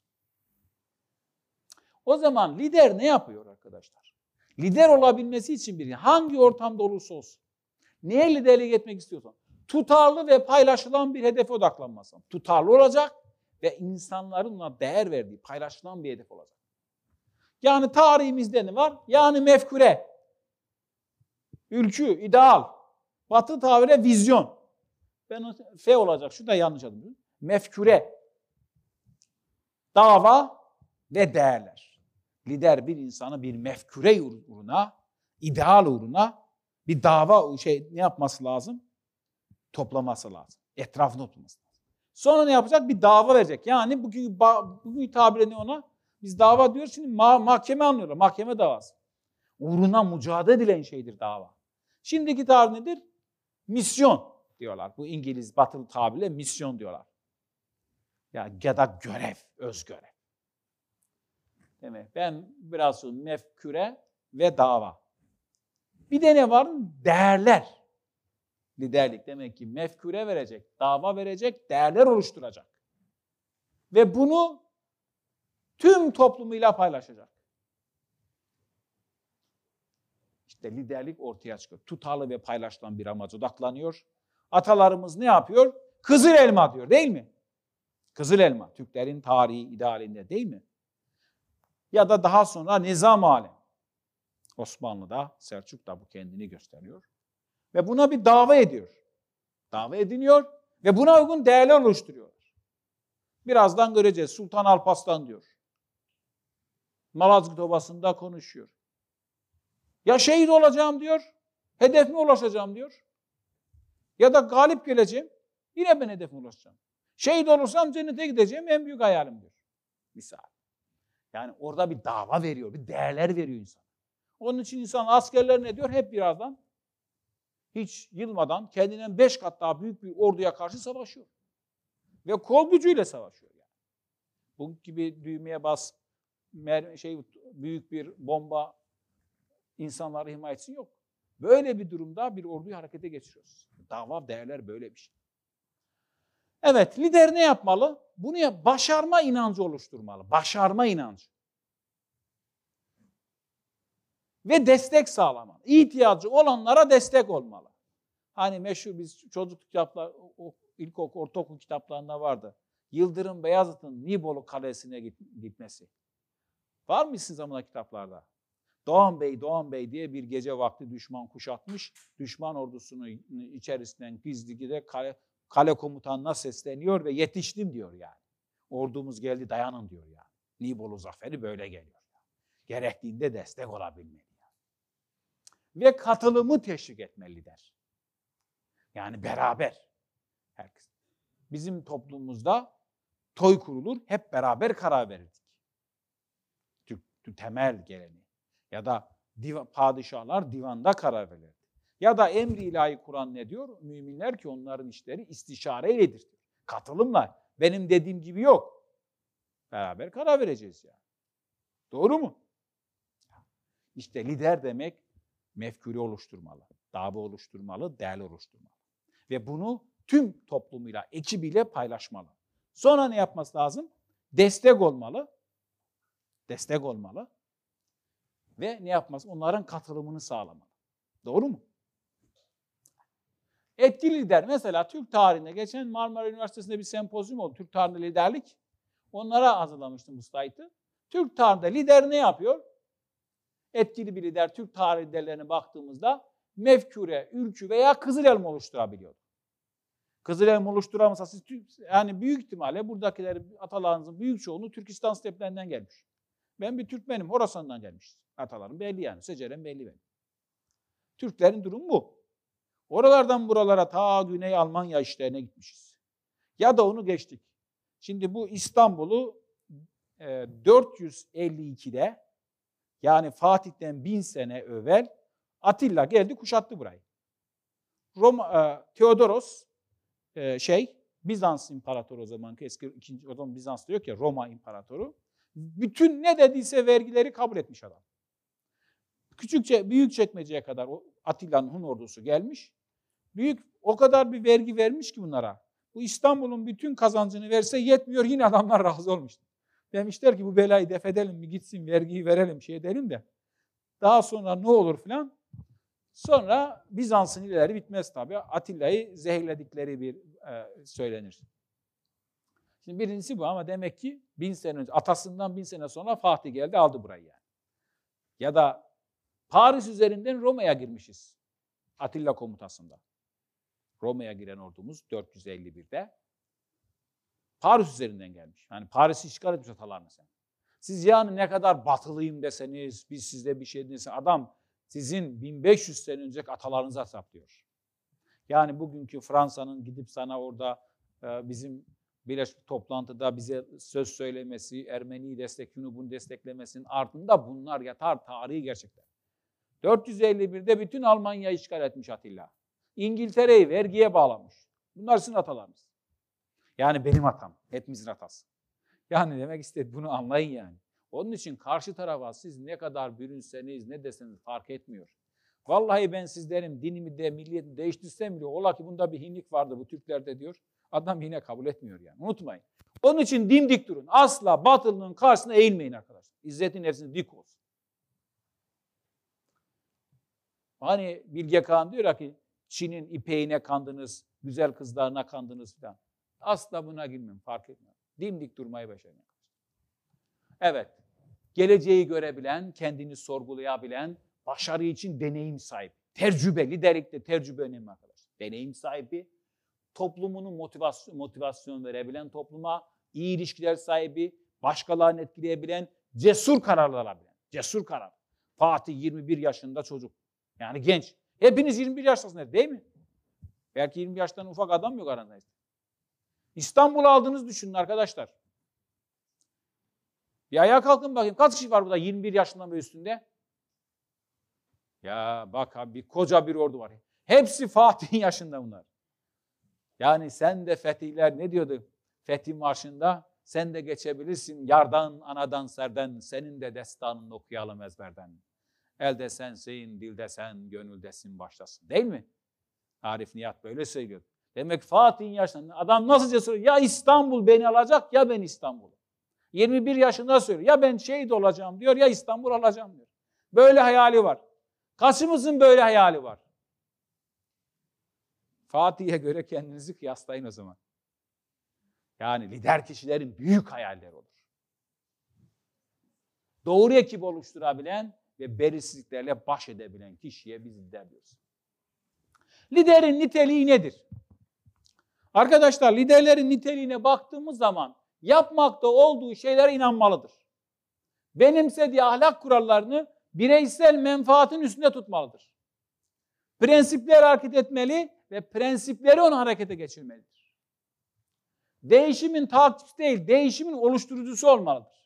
[SPEAKER 1] O zaman lider ne yapıyor arkadaşlar? Lider olabilmesi için biri hangi ortamda olursa olsun, neye liderlik etmek istiyorsan, tutarlı ve paylaşılan bir hedefe odaklanmasın. Tutarlı olacak ve insanların ona değer verdiği, paylaşılan bir hedef olacak. Yani tarihimizde ne var? Yani mefkure, ülkü, ideal, batı tabiriyle vizyon. Ben o F olacak, şu da yanlış adım. Mefkure, dava ve değerler. Lider bir insanı bir mefkure uğruna, ideal uğruna bir dava şey ne yapması lazım? Toplaması lazım. Etrafını toplaması lazım. Sonra ne yapacak? Bir dava verecek. Yani bugün bugün tabirle ne ona? Biz dava diyoruz şimdi ma- mahkeme anlıyorlar. Mahkeme davası. Uğruna mücadele edilen şeydir dava. Şimdiki tabir nedir? Misyon diyorlar. Bu İngiliz batılı tabirle misyon diyorlar. Ya, ya da görev, öz görev. Demek ben biraz mefkure ve dava. Bir de ne var? Değerler. Liderlik demek ki mefkure verecek, dava verecek, değerler oluşturacak. Ve bunu tüm toplumuyla paylaşacak. İşte liderlik ortaya çıkıyor. Tutarlı ve paylaşılan bir amaca odaklanıyor. Atalarımız ne yapıyor? Kızıl elma diyor değil mi? Kızıl elma. Türklerin tarihi idealinde değil mi? Ya da daha sonra nizam alem. Osmanlı'da, Selçuk'ta bu kendini gösteriyor. Ve buna bir dava ediyor. Dava ediniyor ve buna uygun değerler oluşturuyorlar. Birazdan göreceğiz. Sultan Alparslan diyor. Malazgirt Ovası'nda konuşuyor. Ya şehit olacağım diyor, hedefime ulaşacağım diyor. Ya da galip geleceğim, yine ben hedefime ulaşacağım. Şehit olursam cennete gideceğim, en büyük hayalim diyor. Misal. Yani orada bir dava veriyor, bir değerler veriyor insan. Onun için insan askerler ne diyor? Hep birazdan, hiç yılmadan kendinden beş kat daha büyük bir orduya karşı savaşıyor. Ve kol gücüyle savaşıyor yani. Bu gibi düğmeye bas, şey büyük bir bomba insanları himayesi yok. Böyle bir durumda bir orduyu harekete geçiriyoruz. Dava değerler böyle bir şey. Evet, lider ne yapmalı? Bunu yap, başarma inancı oluşturmalı. Başarma inancı. Ve destek sağlamalı. İhtiyacı olanlara destek olmalı. Hani meşhur biz çocukluk kitaplar, ilkokul, ortaokul kitaplarında vardı. Yıldırım Beyazıt'ın Nibolu Kalesi'ne gitmesi. Var mı sizin zamanında kitaplarda? Doğan Bey, Doğan Bey diye bir gece vakti düşman kuşatmış. Düşman ordusunun içerisinden gizli gide kale, kale komutanına sesleniyor ve yetiştim diyor yani. Ordumuz geldi, dayanın diyor yani. Nibolu zaferi böyle geliyor. Yani. Gerektiğinde destek olabilmeli. Yani. Ve katılımı teşvik etmeli der. Yani beraber. Herkes. Bizim toplumumuzda toy kurulur, hep beraber karar verirdik. Türk temel geleneği. Ya da divan, padişahlar divanda karar verirdi. Ya da emri ilahi Kur'an ne diyor? Müminler ki onların işleri istişareyledir. Katılımla. Benim dediğim gibi yok. Beraber karar vereceğiz yani. Doğru mu? İşte lider demek mefkûre oluşturmalı, dava oluşturmalı, değer oluşturmalı. Ve bunu tüm toplumuyla, ekibiyle paylaşmalı. Sonra ne yapması lazım? Destek olmalı. Destek olmalı. Ve ne yapması? Onların katılımını sağlamalı. Doğru mu? Etkili lider. Mesela Türk tarihinde geçen Marmara Üniversitesi'nde bir sempozyum oldu. Türk tarihinde liderlik. Onlara hazırlamıştım bu slaytı. Türk tarihinde lider ne yapıyor? Etkili bir lider Türk tarih liderlerine baktığımızda mefkûre, ülkü veya kızıl elma oluşturabiliyor. Kızıl elma oluşturamasa siz yani büyük ihtimalle buradakilerin atalarınızın büyük çoğunluğu Türkistan steplerinden gelmiş. Ben bir Türkmenim, Horasan'dan gelmiş. Atalarım belli yani, secerem belli benim. Türklerin durumu bu. Oralardan buralara ta Güney Almanya işlerine gitmişiz. Ya da onu geçtik. Şimdi bu İstanbul'u e, dört yüz elli ikide yani Fatih'ten bin sene evvel Atilla geldi kuşattı burayı. Roma, e, Theodoros e, şey Bizans imparatoru o zamanki eski ikinci o zaman Bizans diyor ki Roma imparatoru. Bütün ne dediyse vergileri kabul etmiş adam. Küçükçe Büyükçekmece'ye kadar o Atilla'nın Hun ordusu gelmiş. Büyük o kadar bir vergi vermiş ki bunlara. Bu İstanbul'un bütün kazancını verse yetmiyor, yine adamlar razı olmuş. Demişler ki bu belayı def edelim mi, gitsin vergiyi verelim, şey edelim de. Daha sonra ne olur filan. Sonra Bizans'ın ileri bitmez tabii. Atilla'yı zehirledikleri bir e, söylenir. Şimdi birincisi bu ama demek ki bin sene önce, atasından bin sene sonra Fatih geldi aldı burayı yani. Ya da Paris üzerinden Roma'ya girmişiz. Atilla komutasında. Roma'ya giren ordumuz dört yüz elli birde Paris üzerinden gelmiş. Yani Paris'i işgal etmiş atalarını sen. Siz yani ne kadar batılıyım deseniz, biz sizde bir şey deseniz, adam sizin bin beş yüz sene önceki atalarınızı hesaplıyor. Yani bugünkü Fransa'nın gidip sana orada e, bizim Birleşmiş toplantıda bize söz söylemesi, Ermeni'yi destekliyor, bunu desteklemesinin ardında bunlar yatar tarihi gerçekten. dört yüz elli birde bütün Almanya'yı işgal etmiş Atilla. İngiltere'yi vergiye bağlamış. Bunlar sizin atalarınız. Yani benim atam, hepimizin atası. Yani demek istedi bunu anlayın yani. Onun için karşı tarafa siz ne kadar bürünseniz, ne deseniz fark etmiyor. Vallahi ben sizlerin dinimi de, milliyetimi değiştirsem bile ola ki bunda bir hinlik vardır bu Türklerde diyor. Adam yine kabul etmiyor yani. Unutmayın. Onun için dimdik durun. Asla batılının karşısına eğilmeyin arkadaşlar. İzzetin nefsiniz dik olsun. Hani Bilge Kağan diyor ki Çin'in ipeğine kandınız, güzel kızlarına kandınız falan. Asla buna girmem, fark etmem. Dimdik durmayı başarın. Evet, geleceği görebilen, kendini sorgulayabilen, başarı için deneyim sahibi. Tecrübe, liderlikte tecrübe önemli arkadaşlar. Deneyim sahibi, toplumunu motivasyon, motivasyon verebilen, topluma iyi ilişkiler sahibi, başkalarını etkileyebilen, cesur kararlar alabilen. Cesur karar. Fatih yirmi bir yaşında çocuk. Yani genç. Hepiniz yirmi bir yaştasınız değil mi? Belki yirmi yaştan ufak adam yok aranızda. İstanbul'u aldığınızı düşünün arkadaşlar. Bir ayağa kalkın bakayım. Kaç kişi var burada yirmi bir yaşından ve üstünde? Ya bak abi koca bir ordu var. Hepsi Fatih'in yaşında bunlar. Yani sen de fetihler ne diyordu Fetih Marşı'nda? Sen de geçebilirsin yardan, anadan, serden, senin de destanını okuyalım ezberden. Elde sensin, dilde sen, gönüldesin başlasın. Değil mi? Arif Nihat böyle söylüyor. Demek Fatih'in yaşında adam nasıl cesur? Ya İstanbul beni alacak ya ben İstanbul'u. yirmi bir yaşında söylüyor. Ya ben şehit olacağım diyor ya İstanbul alacağım diyor. Böyle hayali var. Kaçımızın böyle hayali var? Fatih'e göre kendinizi kıyaslayın o zaman. Yani lider kişilerin büyük hayalleri olur. Doğru ekip oluşturabilen ve belirsizliklerle baş edebilen kişiye biz lider diyoruz. Liderin niteliği nedir? Arkadaşlar liderlerin niteliğine baktığımız zaman yapmakta olduğu şeylere inanmalıdır. Benimsediği ahlak kurallarını bireysel menfaatin üstünde tutmalıdır. Prensipler hareket etmeli ve prensipleri onu harekete geçirmelidir. Değişimin takipçisi değil, değişimin oluşturucusu olmalıdır.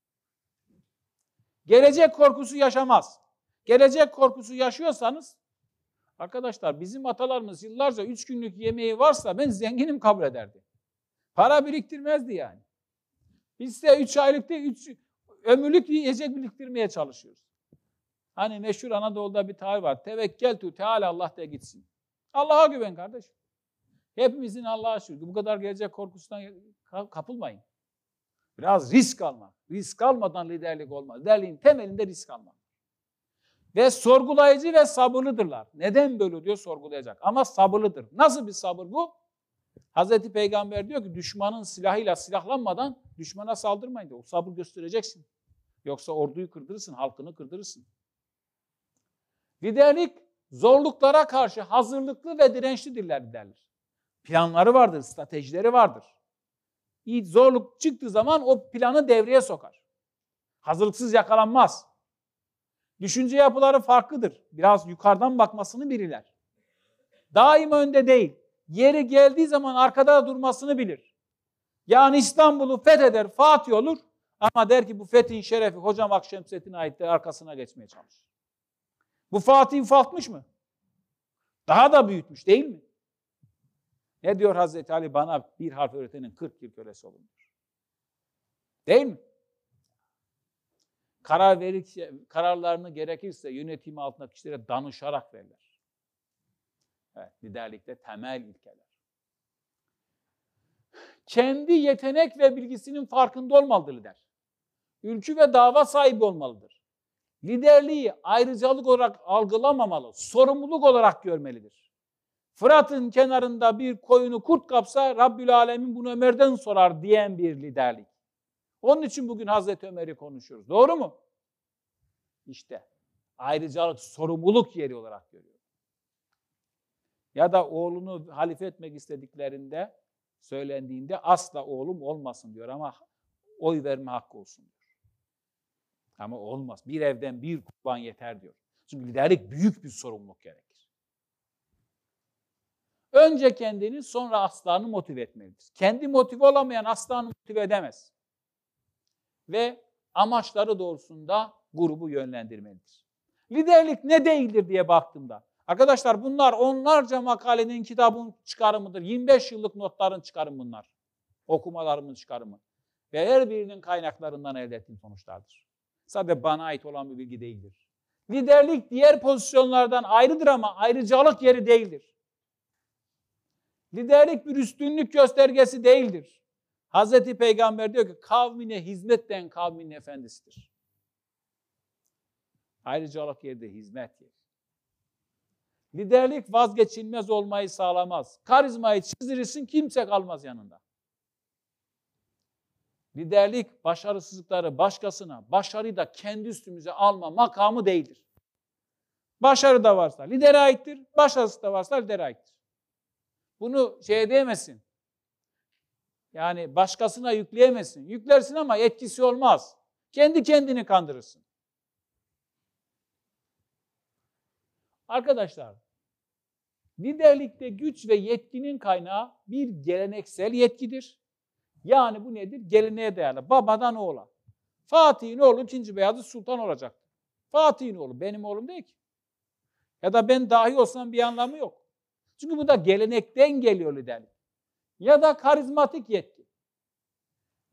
[SPEAKER 1] Gelecek korkusu yaşamaz. Gelecek korkusu yaşıyorsanız, arkadaşlar bizim atalarımız yıllarca üç günlük yemeği varsa ben zenginim kabul ederdi. Para biriktirmezdi yani. Biz de üç aylık değil, üç ömürlük yiyecek biriktirmeye çalışıyoruz. Hani meşhur Anadolu'da bir tabir var. Tevekkeltü Teala Allah de gitsin. Allah'a güven kardeşim. Hepimizin Allah'a şükür. Bu kadar gelecek korkusundan kapılmayın. Biraz risk almak. Risk almadan liderlik olmaz. Liderliğin temelinde risk almak. Ve sorgulayıcı ve sabırlıdırlar. Neden böyle diyor sorgulayacak. Ama sabırlıdır. Nasıl bir sabır bu? Hazreti Peygamber diyor ki düşmanın silahıyla silahlanmadan düşmana saldırmayın diyor. O sabır göstereceksin. Yoksa orduyu kırdırırsın, halkını kırdırırsın. Liderlik zorluklara karşı hazırlıklı ve dirençlidirler liderler. Planları vardır, stratejileri vardır. İyi, zorluk çıktığı zaman o planı devreye sokar. Hazırlıksız yakalanmaz. Düşünce yapıları farklıdır. Biraz yukarıdan bakmasını bilirler. Daima önde değil. Yeri geldiği zaman arkada durmasını bilir. Yani İstanbul'u fetheder, Fatih olur ama der ki bu fethin şerefi hocam Akşemseddin'e aittir, arkasına geçmeye çalışır. Bu Fatih'i ufaltmış mı? Daha da büyütmüş değil mi? Ne diyor Hazreti Ali? Bana bir harf öğretenin kırk yıl kölesi olun diyor. Değil mi? Karar verir, kararlarını gerekirse yönetim altındaki kişilere danışarak verirler. Evet, liderlikte temel ilkeler. Kendi yetenek ve bilgisinin farkında olmalıdır lider. Ülkü ve dava sahibi olmalıdır. Liderliği ayrıcalık olarak algılamamalı, sorumluluk olarak görmelidir. Fırat'ın kenarında bir koyunu kurt kapsa Rabbül Alemin bunu Ömer'den sorar diyen bir liderlik. Onun için bugün Hazreti Ömer'i konuşuyoruz. Doğru mu? İşte ayrıcalık, sorumluluk yeri olarak görüyor. Ya da oğlunu halife etmek istediklerinde, söylendiğinde asla oğlum olmasın diyor ama oy verme hakkı olsun diyor. Ama olmaz. Bir evden bir kurban yeter diyor. Çünkü liderlik büyük bir sorumluluk gerekir. Önce kendini sonra aslanı motive etmelidir. Kendi motive olamayan aslanı motive edemez. Ve amaçları doğrusunda grubu yönlendirmelidir. Liderlik ne değildir diye baktığımda, arkadaşlar bunlar onlarca makalenin, kitabın çıkarımıdır. yirmi beş yıllık notların çıkarımı bunlar. Okumalarımın çıkarımı. Ve her birinin kaynaklarından elde ettiğim sonuçlardır. Sadece bana ait olan bir bilgi değildir. Liderlik diğer pozisyonlardan ayrıdır ama ayrıcalık yeri değildir. Liderlik bir üstünlük göstergesi değildir. Hazreti Peygamber diyor ki kavmine hizmetten kavminin efendisidir. Ayrıcalık yeri de hizmet yeri. Liderlik vazgeçilmez olmayı sağlamaz. Karizmayı çizdirirsin kimse kalmaz yanında. Liderlik başarısızlıkları başkasına, başarıyı da kendi üstümüze alma makamı değildir. Başarı da varsa lidere aittir, başarısız da varsa lidere aittir. Bunu şey edemezsin. Yani başkasına yükleyemezsin. Yüklersin ama etkisi olmaz. Kendi kendini kandırırsın. Arkadaşlar, liderlikte güç ve yetkinin kaynağı bir geleneksel yetkidir. Yani bu nedir? Geleneğe dayalı. Babadan oğula. Fatih'in oğlu ikinci Beyazıt Sultan olacaktı. Fatih'in oğlu benim oğlum değil ki. Ya da ben dahi olsam bir anlamı yok. Çünkü bu da gelenekten geliyor liderlik. Ya da karizmatik yetki.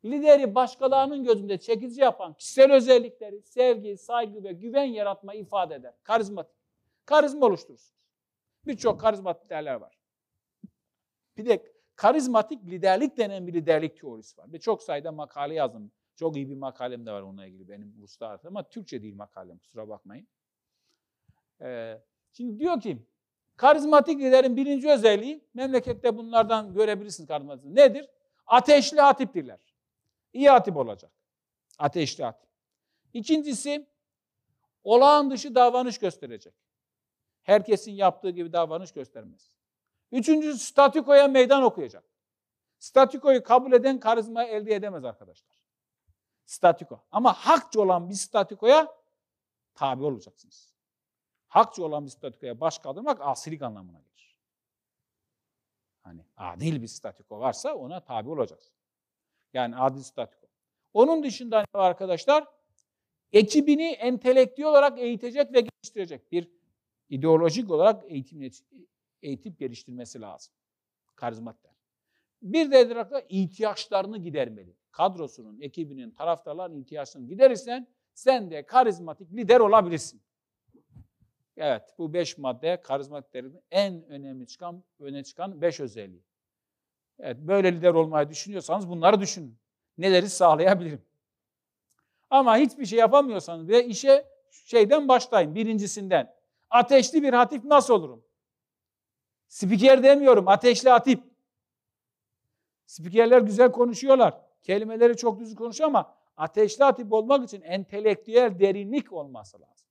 [SPEAKER 1] lideri başkalarının gözünde çekici yapan kişisel özellikleri, sevgi, saygı ve güven yaratma ifade eder. Karizmatik. Karizma oluşturursunuz. Birçok karizmatik liderler var. Bir de karizmatik liderlik denen bir liderlik teorisi var. Ve çok sayıda makale yazdım. Çok iyi bir makalem de var onunla ilgili benim uluslararası ama Türkçe değil makalem, kusura bakmayın. Ee, şimdi diyor ki, karizmatik liderin birinci özelliği, memlekette bunlardan görebilirsiniz karizmatik. Nedir? Ateşli hatiptirler. İyi hatip olacak. Ateşli hatip. İkincisi, olağan dışı davranış gösterecek. Herkesin yaptığı gibi davranış göstermez. Üçüncüsü, statükoya meydan okuyacak. Statükoyu kabul eden karizma elde edemez arkadaşlar. Statüko. Ama hakçı olan bir statükoya tabi olacaksınız. Hakçı olan bir statükoya baş kaldırmak asilik anlamına gelir. Hani adil bir statüko varsa ona tabi olacaksın. Yani adil statüko. Onun dışında ne var arkadaşlar? Ekibini entelektüel olarak eğitecek ve geliştirecek. Bir ideolojik olarak eğitim, eğitim geliştirmesi lazım. Karizmatik. Bir de olarak ihtiyaçlarını gidermeli. Kadrosunun, ekibinin, taraftarların ihtiyaçlarını giderirsen sen de karizmatik lider olabilirsin. Evet, bu beş madde karizmatiklerin en önemli çıkan, öne çıkan beş özelliği. Evet, böyle lider olmayı düşünüyorsanız bunları düşünün. Neleri sağlayabilirim? Ama hiçbir şey yapamıyorsanız ve işe şeyden başlayın, birincisinden. Ateşli bir hatip nasıl olurum? Spiker demiyorum, ateşli hatip. Spikerler güzel konuşuyorlar. Kelimeleri çok düzgün konuşuyor ama ateşli hatip olmak için entelektüel derinlik olması lazım.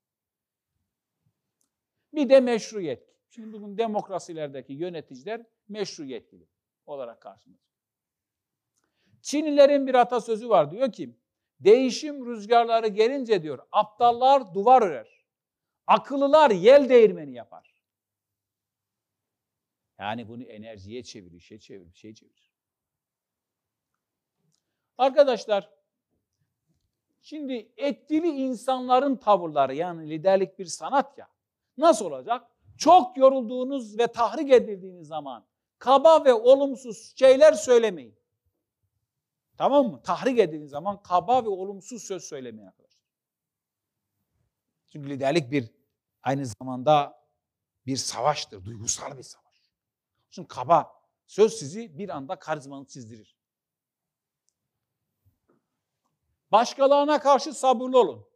[SPEAKER 1] Bir de meşru yetki. Şimdi bugün demokrasilerdeki yöneticiler meşru yetkili olarak karşımıza. Çinlilerin bir atasözü var, diyor ki, değişim rüzgarları gelince diyor, aptallar duvar örer, akıllılar yel değirmeni yapar. Yani bunu enerjiye çevir, işe çevir, bir şey çevir. Arkadaşlar, şimdi etkili insanların tavırları, yani liderlik bir sanat ya, nasıl olacak? Çok yorulduğunuz ve tahrik edildiğiniz zaman kaba ve olumsuz şeyler söylemeyin. Tamam mı? Tahrik edildiğiniz zaman kaba ve olumsuz söz söylemeyin arkadaşlar. Çünkü liderlik bir aynı zamanda bir savaştır, duygusal bir savaş. Çünkü kaba söz sizi bir anda karizmanı çizdirir. Başkalarına karşı sabırlı olun.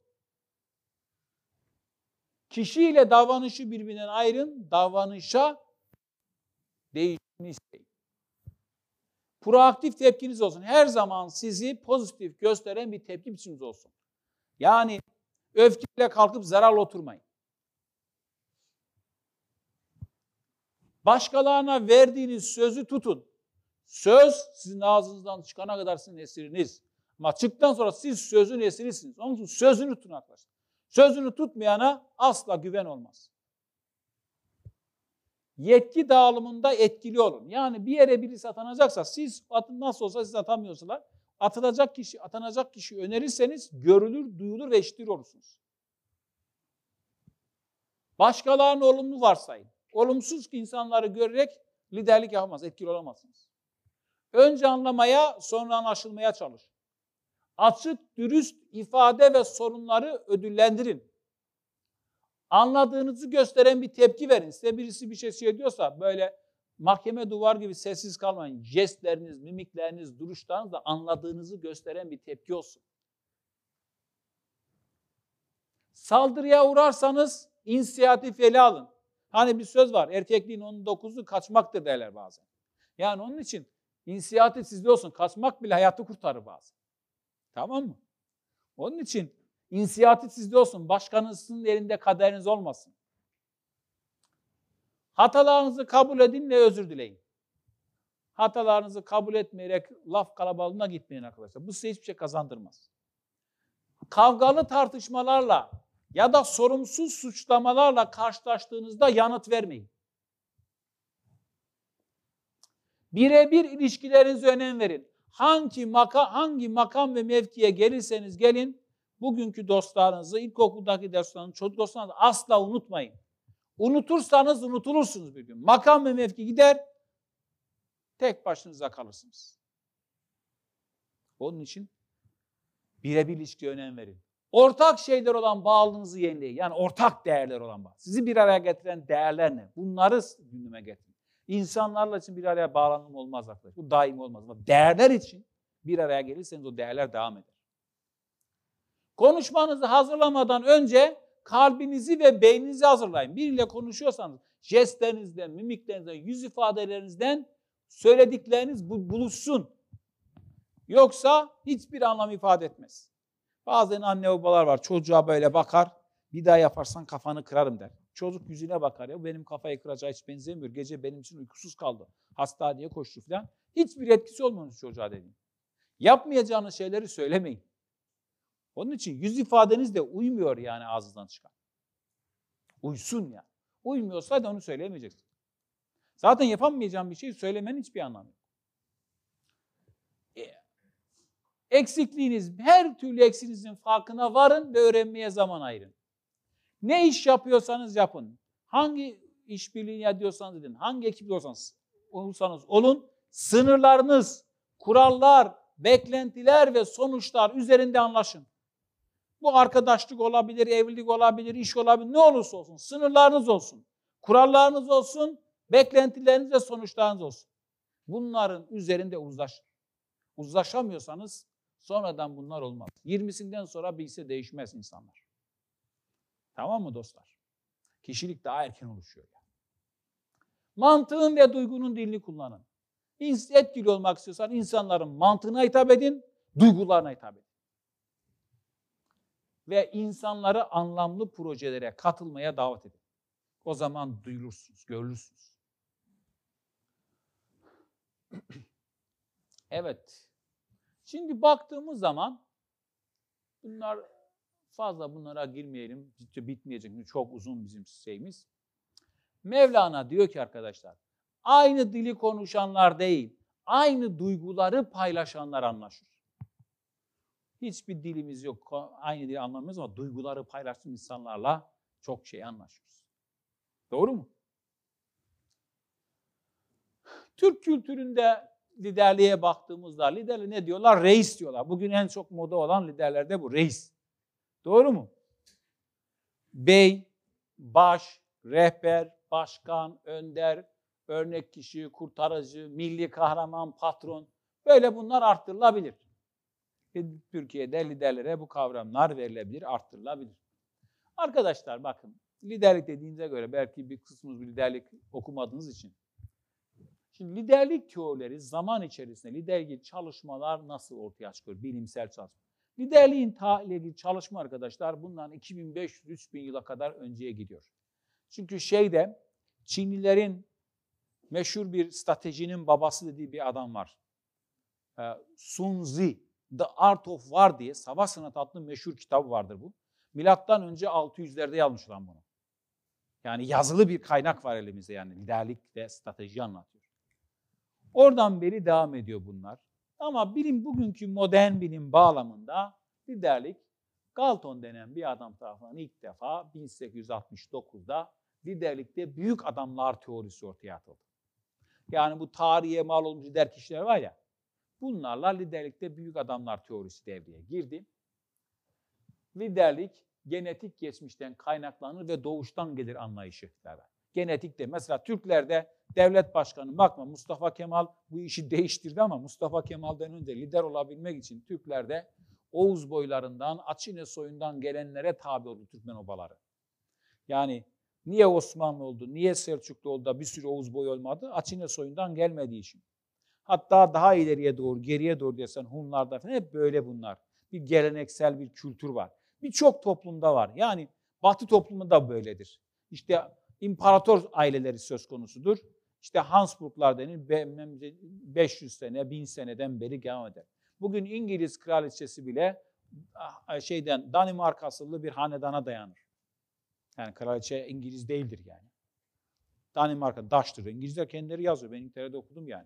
[SPEAKER 1] Kişiyle davranışı birbirinden ayırın, davranışa değişimini isteyin. Proaktif tepkiniz olsun. Her zaman sizi pozitif gösteren bir tepki biçiminiz olsun. Yani öfkeyle kalkıp zararla oturmayın. Başkalarına verdiğiniz sözü tutun. Söz sizin ağzınızdan çıkana kadar sizin esiriniz. Ama çıktıktan sonra siz sözün esirisiniz. Onun için sözünü tutun arkadaşlar. Sözünü tutmayana asla güven olmaz. Yetki dağılımında etkili olun. Yani bir yere birisi atanacaksa siz atın, nasıl olsa siz atamıyorsunuz. Atılacak kişi, atanacak kişi önerirseniz görülür, duyulur ve eşittir olursunuz. Başkalarını olumlu varsayın. Olumsuz insanları görerek liderlik yapamaz, etkili olamazsınız. Önce anlamaya, sonra anlaşılmaya çalışın. Açık, dürüst ifade ve sorunları ödüllendirin. Anladığınızı gösteren bir tepki verin. Size birisi bir şey söylüyorsa böyle mahkeme duvar gibi sessiz kalmayın. Jestleriniz, mimikleriniz, duruşlarınız da anladığınızı gösteren bir tepki olsun. Saldırıya uğrarsanız inisiyatif ele alın. Hani bir söz var, erkekliğin on dokuzu kaçmaktır derler bazen. Yani onun için inisiyatif sizde olsun. Kaçmak bile hayatı kurtarır bazen. Tamam mı? Onun için inisiyatif sizde olsun. Başkanınızın elinde kaderiniz olmasın. Hatalarınızı kabul edin ve özür dileyin. Hatalarınızı kabul etmeyerek laf kalabalığına gitmeyin arkadaşlar. Bu size hiçbir şey kazandırmaz. Kavgalı tartışmalarla ya da sorumsuz suçlamalarla karşılaştığınızda yanıt vermeyin. Birebir ilişkilerinize önem verin. Hangi makam, hangi makam ve mevkiye gelirseniz gelin, bugünkü dostlarınızı, ilkokuldaki dostlarınızı, çocuk dostlarınızı asla unutmayın. Unutursanız unutulursunuz bir gün. Makam ve mevki gider, tek başınıza kalırsınız. Onun için birebir ilişkiye önem verin. Ortak şeyler olan bağlılığınızı yenileyin. Yani ortak değerler olan bağ. Sizi bir araya getiren değerler ne? Bunları gündeme getirin. İnsanlarla için bir araya bağlanım olmaz arkadaşlar. Bu daimi olmaz. Ama değerler için bir araya gelirseniz o değerler devam eder. Konuşmanızı hazırlamadan önce kalbinizi ve beyninizi hazırlayın. Biriyle konuşuyorsanız jestlerinizden, mimiklerinizden, yüz ifadelerinizden söyledikleriniz buluşsun. Yoksa hiçbir anlam ifade etmez. Bazen anne babalar var, çocuğa böyle bakar, bir daha yaparsan kafanı kırarım der. Çocuk yüzüne bakar, ya benim kafayı kıracağı hiç benzemiyor. Gece benim için uykusuz kaldı. Hastaneye koştu falan. Hiçbir etkisi olmamış çocuğa dediğin. Yapmayacağınız şeyleri söylemeyin. Onun için yüz ifadeniz de uymuyor yani ağzınızdan çıkan. Uysun yani. Uymuyorsa da onu söyleyemeyeceksin. Zaten yapamayacağım bir şeyi söylemenin hiçbir anlamı yok. Eksikliğiniz, her türlü eksiğinizin farkına varın ve öğrenmeye zaman ayırın. Ne iş yapıyorsanız yapın. Hangi işbirliğini yapıyorsanız edin. Hangi ekipte olsanız, olursanız olun. Sınırlarınız, kurallar, beklentiler ve sonuçlar üzerinde anlaşın. Bu arkadaşlık olabilir, evlilik olabilir, iş olabilir. Ne olursa olsun. Sınırlarınız olsun. Kurallarınız olsun. Beklentileriniz ve sonuçlarınız olsun. Bunların üzerinde uzlaşın. Uzlaşamıyorsanız sonradan bunlar olmaz. yirmisinden sonra bilse değişmez insanlar. Tamam mı dostlar? Kişilik daha erken oluşuyor. Yani. Mantığın ve duygunun dilini kullanın. Etkili olmak istiyorsan insanların mantığına hitap edin, duygularına hitap edin. Ve insanları anlamlı projelere katılmaya davet edin. O zaman duyulursunuz, görülürsünüz. Evet. Şimdi baktığımız zaman bunlar fazla bunlara girmeyelim. Ciddi bitmeyecek. Çok uzun bizim şeyimiz. Mevlana diyor ki arkadaşlar, aynı dili konuşanlar değil, aynı duyguları paylaşanlar anlaşır. Hiçbir dilimiz yok. Aynı dili anlamıyoruz ama duyguları paylaştığımız insanlarla çok şey anlaşıyoruz. Doğru mu? Türk kültüründe liderliğe baktığımızda liderler ne diyorlar? Reis diyorlar. Bugün en çok moda olan liderlerde bu reis. Doğru mu? Bey, baş, rehber, başkan, önder, örnek kişi, kurtarıcı, milli kahraman, patron. Böyle bunlar arttırılabilir. Türkiye'de liderlere bu kavramlar verilebilir, arttırılabilir. Arkadaşlar bakın, liderlik dediğinize göre belki bir kısmınız liderlik okumadığınız için. Şimdi liderlik teorileri zaman içerisinde liderlik çalışmalar nasıl ortaya çıkıyor? Bilimsel çalışma. Liderliğin ile ilgili çalışma arkadaşlar bundan iki bin beş yüz üç bin yıla kadar önceye gidiyor. Çünkü şeyde Çinlilerin meşhur bir stratejinin babası dediği bir adam var. Sun Tzu, The Art of War diye Savaş Sanatı adlı meşhur kitabı vardır bu. Milattan önce altı yüzlerde yazmış lan bunu. Yani yazılı bir kaynak var elimizde yani liderlik ve strateji anlatıyor. Oradan beri devam ediyor bunlar. Ama bilim bugünkü modern bilim bağlamında liderlik Galton denen bir adam tarafından ilk defa bin sekiz yüz altmış dokuzda liderlikte büyük adamlar teorisi ortaya atıldı. Yani bu tarihe mal olmuş lider kişiler var ya, bunlarla liderlikte büyük adamlar teorisi devreye girdi. Liderlik genetik geçmişten kaynaklanır ve doğuştan gelir anlayışı. Genetik de mesela Türklerde devlet başkanı bakma Mustafa Kemal bu işi değiştirdi ama Mustafa Kemal'den önce lider olabilmek için Türklerde Oğuz boylarından, Açine soyundan gelenlere tabi oldu Türkmen obaları. Yani niye Osmanlı oldu, niye Selçuklu oldu da bir sürü Oğuz boyu olmadı? Açine soyundan gelmediği için. Hatta daha ileriye doğru, geriye doğru desen Hunlarda falan hep böyle bunlar. Bir geleneksel bir kültür var. Birçok toplumda var. Yani Batı toplumu da böyledir. İşte imparator aileleri söz konusudur. İşte Habsburglar denir beş yüz sene, bin seneden beri devam eder. Bugün İngiliz kraliçesi bile şeyden Danimarka asıllı bir hanedana dayanır. Yani kraliçe İngiliz değildir yani. Danimarka, Dutch'tır. İngilizler kendileri yazıyor. Ben İngiltere'de okudum yani.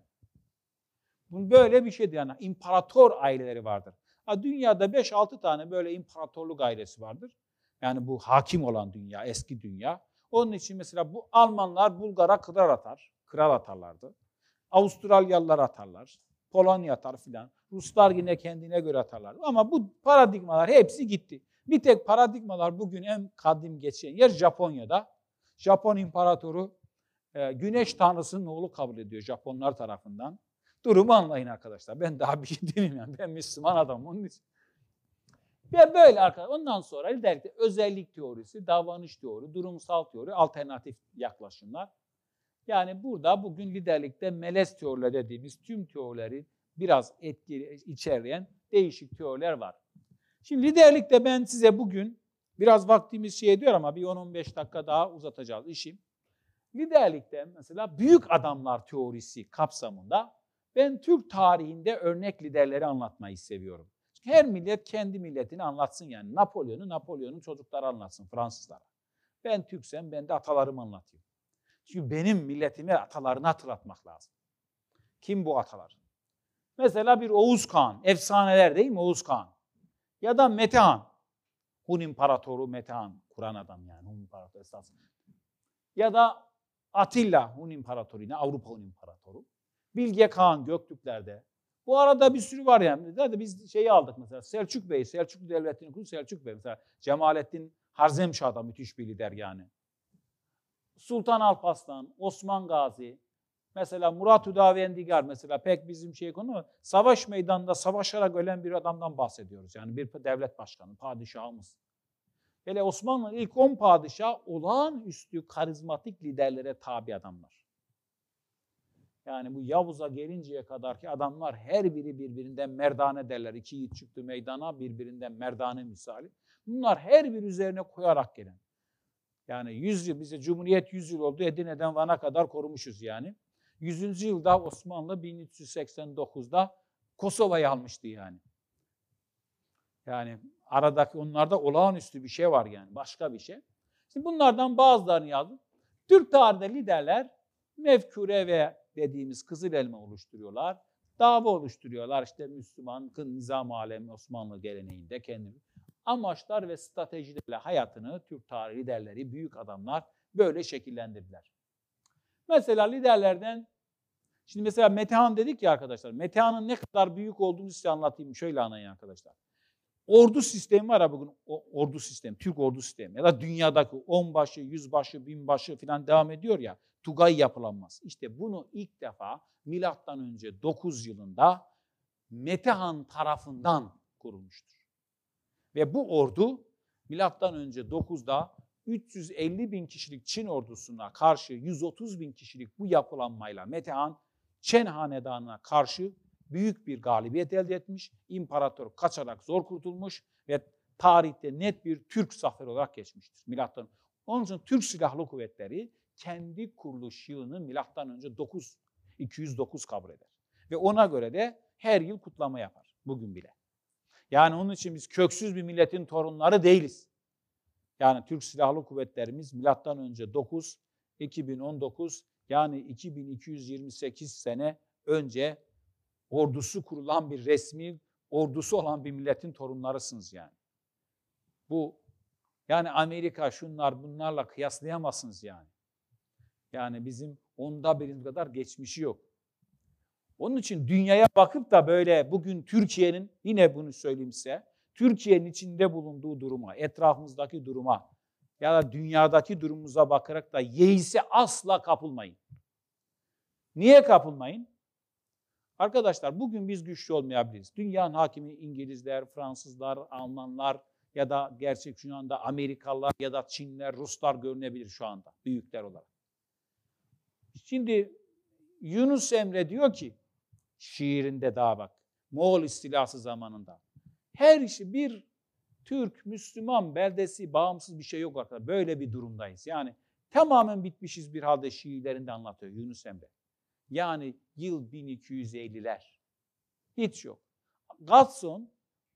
[SPEAKER 1] Bu böyle bir şeydir yani. İmparator aileleri vardır. Ha, dünyada beş altı tane böyle imparatorluk ailesi vardır. Yani bu hakim olan dünya, eski dünya. Onun için mesela bu Almanlar Bulgar'a kral atar. Kral atarlardı. Avustralyalılar atarlar. Polonya atar filan. Ruslar yine kendine göre atarlar. Ama bu paradigmalar hepsi gitti. Bir tek paradigmalar bugün en kadim geçen yer Japonya'da. Japon imparatoru e, güneş tanrısının oğlu kabul ediyor Japonlar tarafından. Durumu anlayın arkadaşlar. Ben daha bir şey demeyeyim yani. Ben Müslüman adamım onun için. Ve böyle arkadaşlar. Ondan sonra liderlikte özellik teorisi, davranış teori, durumsal teori, alternatif yaklaşımlar. Yani burada bugün liderlikte melez teoriler dediğimiz tüm teorileri biraz etkili içerleyen değişik teoriler var. Şimdi liderlikte ben size bugün biraz vaktimiz şey ediyor ama bir on on beş dakika daha uzatacağız işim. Liderlikte mesela büyük adamlar teorisi kapsamında ben Türk tarihinde örnek liderleri anlatmayı seviyorum. Her millet kendi milletini anlatsın yani. Napolyon'u Napolyon'un çocukları anlatsın Fransızlara. Ben Türksem ben de atalarımı anlatayım. Çünkü benim milletime atalarını hatırlatmak lazım. Kim bu atalar? Mesela bir Oğuz Kağan, efsaneler değil mi Oğuz Kağan? Ya da Metehan, Hun İmparatoru Metehan, kuran adam yani Hun İmparatoru esasında. Ya da Atilla, Hun İmparatoru yine Avrupa Hun İmparatoru. Bilge Kağan Göktürklerde. Bu arada bir sürü var yani. Zaten biz şeyi aldık mesela Selçuk Bey, Selçuklu Devleti'nin kurduğu Selçuk Bey. Mesela Cemalettin Harzemşah'da müthiş bir lider yani. Sultan Alparslan, Osman Gazi, mesela Murat Hüdavendigar mesela pek bizim şey konu ama savaş meydanında savaşarak ölen bir adamdan bahsediyoruz. Yani bir devlet başkanı, padişahımız. Hele Osmanlı'nın ilk on padişah olağanüstü karizmatik liderlere tabi adamlar. Yani bu Yavuz'a gelinceye kadar ki adamlar her biri birbirinden merdane derler. İki yiğit çıktı meydana birbirinden merdane misali. Bunlar her bir üzerine koyarak gelen. Yani yüz yıl, bize Cumhuriyet yüz yıl oldu. Edirne'den Van'a kadar korumuşuz yani. yüzüncü yılda Osmanlı bin üç yüz seksen dokuzda Kosova'yı almıştı yani. Yani aradaki onlarda olağanüstü bir şey var yani. Başka bir şey. Şimdi bunlardan bazılarını yazdım. Türk tarihinde liderler mefkure ve dediğimiz kızıl elma oluşturuyorlar. Dava oluşturuyorlar. İşte Müslüman, nizam alemi Osmanlı geleneğinde kendini. Amaçlar ve stratejilerle hayatını Türk tarihi liderleri, büyük adamlar böyle şekillendirdiler. Mesela liderlerden, şimdi mesela Metehan dedik ya arkadaşlar, Metehan'ın ne kadar büyük olduğunu size anlatayım. Şöyle anlayın arkadaşlar. Ordu sistemi var ya bugün, ordu sistemi, Türk ordu sistemi ya da dünyadaki onbaşı, yüzbaşı, binbaşı falan devam ediyor ya, Tugay yapılanması. İşte bunu ilk defa milattan önce dokuz yılında Metehan tarafından kurulmuştur. Ve bu ordu milattan önce dokuzda üç yüz elli bin kişilik Çin ordusuna karşı yüz otuz bin kişilik bu yapılanmayla Metehan, Çen Hanedanı'na karşı büyük bir galibiyet elde etmiş. İmparator kaçarak zor kurtulmuş ve tarihte net bir Türk zaferi olarak geçmiştir. Milattan. Onun için Türk Silahlı Kuvvetleri kendi kuruluş yılını milattan önce dokuz, iki yüz dokuz kabul eder. Ve ona göre de her yıl kutlama yapar bugün bile. Yani onun için biz köksüz bir milletin torunları değiliz. Yani Türk Silahlı Kuvvetlerimiz milattan önce dokuz, iki bin on dokuz yani iki bin iki yüz yirmi sekiz sene önce ordusu kurulan bir resmi ordusu olan bir milletin torunlarısınız yani. Bu yani Amerika şunlar bunlarla kıyaslayamazsınız yani. Yani bizim onda birimiz kadar geçmişi yok. Onun için dünyaya bakıp da böyle bugün Türkiye'nin, yine bunu söyleyeyim size, Türkiye'nin içinde bulunduğu duruma, etrafımızdaki duruma ya da dünyadaki durumumuza bakarak da yeise asla kapılmayın. Niye kapılmayın? Arkadaşlar bugün biz güçlü olmayabiliriz. Dünyanın hakimi İngilizler, Fransızlar, Almanlar ya da gerçek şu anda Amerikalılar ya da Çinler, Ruslar görünebilir şu anda büyükler olarak. Şimdi Yunus Emre diyor ki, şiirinde daha bak, Moğol istilası zamanında. Her işi bir Türk, Müslüman, beldesi, bağımsız bir şey yok arkadaşlar. Böyle bir durumdayız. Yani tamamen bitmişiz bir halde şiirlerinde anlatıyor Yunus Emre. Yani yıl bin iki yüz elliler. Hiç yok. Gatson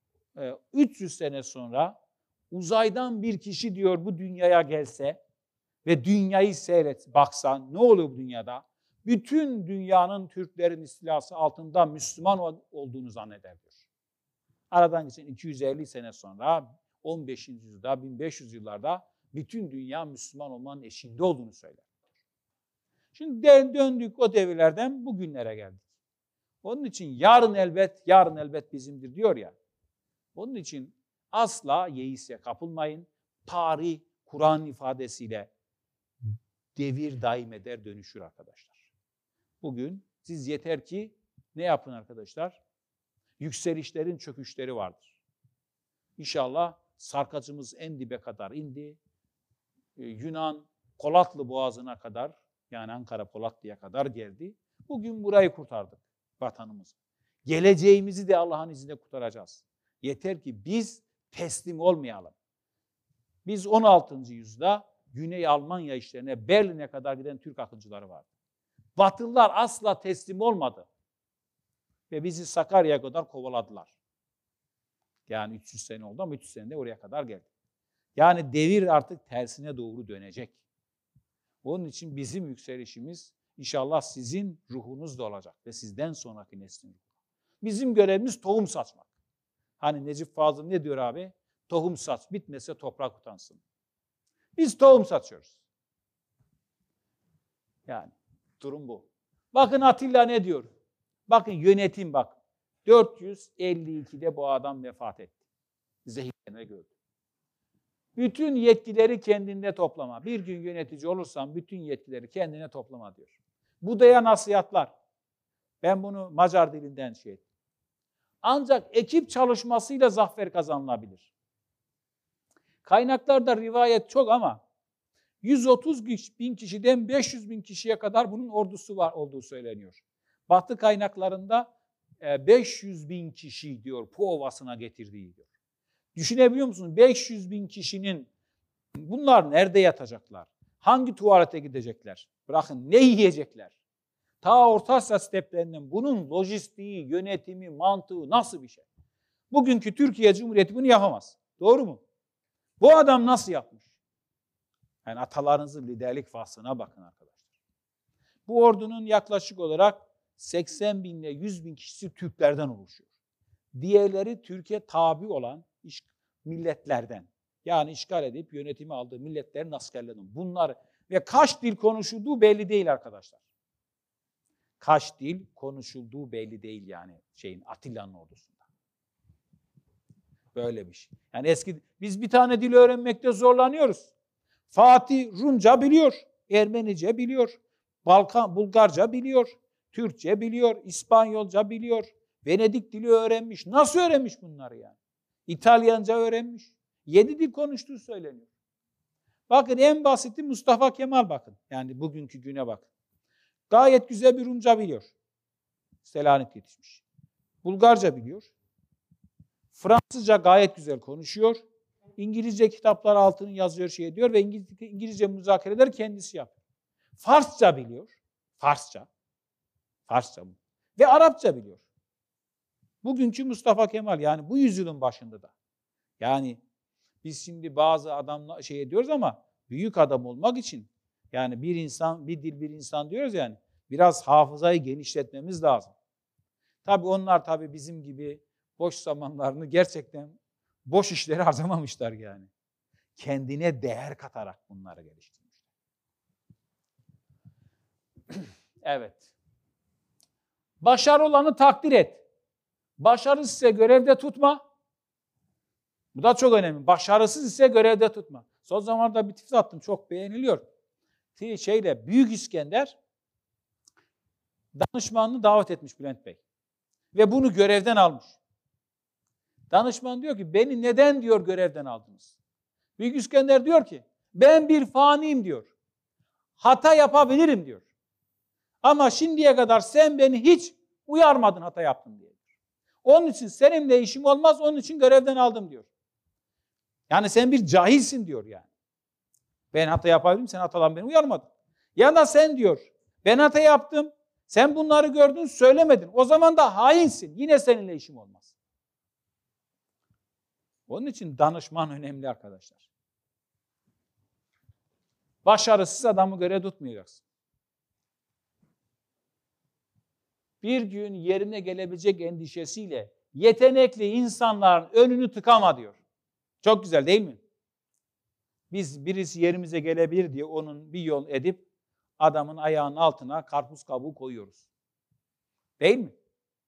[SPEAKER 1] üç yüz sene sonra uzaydan bir kişi diyor bu dünyaya gelse ve dünyayı seyret, baksan ne oluyor bu dünyada? Bütün dünyanın Türklerin istilası altında Müslüman olduğunu zanneder diyor. Aradan geçen iki yüz elli sene sonra on beşinci yüzyılda, bin beş yüz yıllarda bütün dünya Müslüman olmanın eşiğinde olduğunu söyler. Şimdi döndük o devirlerden bugünlere geldik. Onun için yarın elbet, yarın elbet bizimdir diyor ya. Onun için asla yeise kapılmayın. Tarih, Kur'an ifadesiyle devir daim eder, dönüşür arkadaşlar. Bugün siz yeter ki ne yapın arkadaşlar? Yükselişlerin çöküşleri vardır. İnşallah sarkacımız en dibe kadar indi. Ee, Yunan Polatlı Boğazı'na kadar, yani Ankara Polatlı'ya kadar geldi. Bugün burayı kurtardık, vatanımızı. Geleceğimizi de Allah'ın izniyle kurtaracağız. Yeter ki biz teslim olmayalım. Biz on altıncı yüzyılda Güney Almanya işlerine, Berlin'e kadar giden Türk akıncıları vardı. Batılılar asla teslim olmadı. Ve bizi Sakarya'ya kadar kovaladılar. Yani üç yüz sene oldu ama üç yüz senede oraya kadar geldi. Yani devir artık tersine doğru dönecek. Onun için bizim yükselişimiz inşallah sizin ruhunuzda olacak ve sizden sonraki neslin ruhu. Bizim görevimiz tohum saçmak. Hani Necip Fazıl ne diyor abi? Tohum saç, bitmese toprak utansın. Biz tohum saçıyoruz. Yani durum bu. Bakın Atilla ne diyor? Bakın yönetim bak. dört yüz elli ikide bu adam vefat etti. Zehirlenme gördü. Bütün yetkileri kendinde toplama. Bir gün yönetici olursan bütün yetkileri kendine toplama diyor. Budaya nasihatlar. Ben bunu Macar dilinden şey ettim. Ancak ekip çalışmasıyla zafer kazanılabilir. Kaynaklarda rivayet çok ama yüz otuz bin kişiden beş yüz bin kişiye kadar bunun ordusu var olduğu söyleniyor. Batı kaynaklarında beş yüz bin kişi diyor Po Ovası'na getirdiği diyor. Düşünebiliyor musunuz? beş yüz bin kişinin bunlar nerede yatacaklar? Hangi tuvalete gidecekler? Bırakın ne yiyecekler? Ta Orta Asya steplerinden bunun lojistiği, yönetimi, mantığı nasıl bir şey? Bugünkü Türkiye Cumhuriyeti bunu yapamaz. Doğru mu? Bu adam nasıl yapmış? Yani atalarınızın liderlik vasfına bakın arkadaşlar. Bu ordunun yaklaşık olarak seksen bin ile yüz bin kişisi Türklerden oluşuyor. Diğerleri Türkiye tabi olan milletlerden. Yani işgal edip yönetimi aldığı milletlerin askerlerden. Bunlar ve kaç dil konuşulduğu belli değil arkadaşlar. Kaç dil konuşulduğu belli değil yani şeyin Atilla'nın ordusunda. Böyle bir şey. Yani eski biz bir tane dil öğrenmekte zorlanıyoruz. Fatih Rumca biliyor, Ermenice biliyor, Balkan Bulgarca biliyor, Türkçe biliyor, İspanyolca biliyor, Venedik dili öğrenmiş. Nasıl öğrenmiş bunları yani? İtalyanca öğrenmiş. Yedi dil konuştuğu söyleniyor. Bakın en basiti Mustafa Kemal bakın. Yani bugünkü güne bakın. Gayet güzel bir Rumca biliyor. Selanik yetişmiş. Bulgarca biliyor. Fransızca gayet güzel konuşuyor. İngilizce kitaplar altını yazıyor, şey ediyor ve İngilizce, İngilizce müzakereler kendisi yapıyor. Farsça biliyor. Farsça. Farsça mı? Ve Arapça biliyor. Bugünkü Mustafa Kemal yani bu yüzyılın başında da. Yani biz şimdi bazı adamla şey ediyoruz ama büyük adam olmak için yani bir insan, bir dil bir insan diyoruz yani biraz hafızayı genişletmemiz lazım. Tabii onlar tabii bizim gibi boş zamanlarını gerçekten boş işleri harcamamışlar yani. Kendine değer katarak bunları geliştirmişler. Evet. Başarılı olanı takdir et. Başarısız ise görevde tutma. Bu da çok önemli. Başarısız ise görevde tutma. Son zamanlarda bir tweet attım. Çok beğeniliyor. Şeyle, Büyük İskender danışmanını davet etmiş Bülent Bey. Ve bunu görevden almış. Danışman diyor ki beni neden diyor görevden aldınız? Büyük İskender diyor ki ben bir faniyim diyor. Hata yapabilirim diyor. Ama şimdiye kadar sen beni hiç uyarmadın hata yaptım diye. Onun için seninle işim olmaz, onun için görevden aldım diyor. Yani sen bir cahilsin diyor yani. Ben hata yapabilirim, sen hatadan beni uyarmadın. Ya da sen diyor, ben hata yaptım, sen bunları gördün, söylemedin. O zaman da hainsin, yine seninle işim olmaz. Onun için danışman önemli arkadaşlar. Başarısız adamı göre tutmayacaksın. Bir gün yerine gelebilecek endişesiyle yetenekli insanların önünü tıkama diyor. Çok güzel değil mi? Biz birisi yerimize gelebilir diye onun bir yol edip adamın ayağının altına karpuz kabuğu koyuyoruz. Değil mi?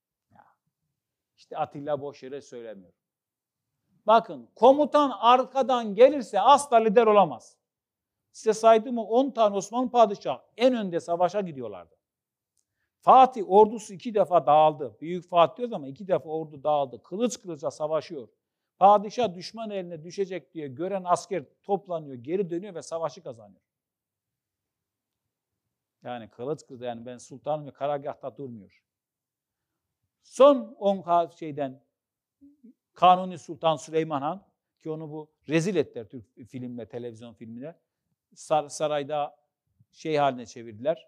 [SPEAKER 1] İşte Atilla boş yere söylemiyor. Bakın komutan arkadan gelirse asla lider olamaz. Size saydım mı on tane Osmanlı padişahı en önde savaşa gidiyorlardı. Fatih ordusu iki defa dağıldı. Büyük Fatih diyoruz ama iki defa ordu dağıldı. Kılıç kılıca savaşıyor. Padişah düşman eline düşecek diye gören asker toplanıyor, geri dönüyor ve savaşı kazanıyor. Yani kılıç kılıca yani ben sultanım ve karargahta durmuyor. Son on şeyden Kanuni Sultan Süleyman Han ki onu bu rezil ettiler Türk filmle, televizyon filmine. Sar, sarayda şey haline çevirdiler.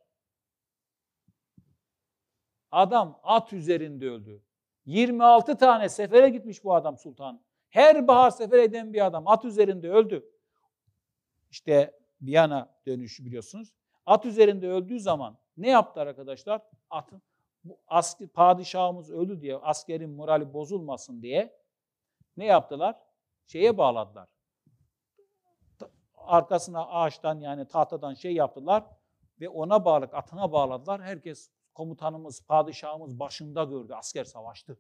[SPEAKER 1] Adam at üzerinde öldü. yirmi altı tane sefere gitmiş bu adam sultan. Her bahar sefer eden bir adam at üzerinde öldü. İşte Viyana dönüşü biliyorsunuz. At üzerinde öldüğü zaman ne yaptılar arkadaşlar? Atın bu asker, padişahımız öldü diye askerin morali bozulmasın diye ne yaptılar? Şeye bağladılar. Arkasına ağaçtan yani tahtadan şey yaptılar ve ona bağlı, atına bağladılar. Herkes komutanımız, padişahımız başında gördü. Asker savaştı.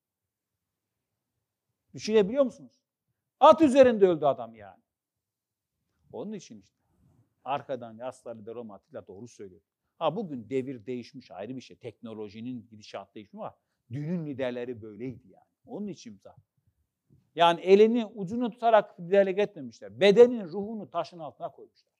[SPEAKER 1] Düşünebiliyor musunuz? At üzerinde öldü adam yani. Onun için işte arkadan yaslar lider olma Atilla doğru söylüyor. Ha bugün devir değişmiş ayrı bir şey. Teknolojinin gidişatı değişmiş ama dünün liderleri böyleydi yani. Onun için zaten. Yani elini ucunu tutarak liderlik etmemişler. Bedenin ruhunu taşın altına koymuşlar.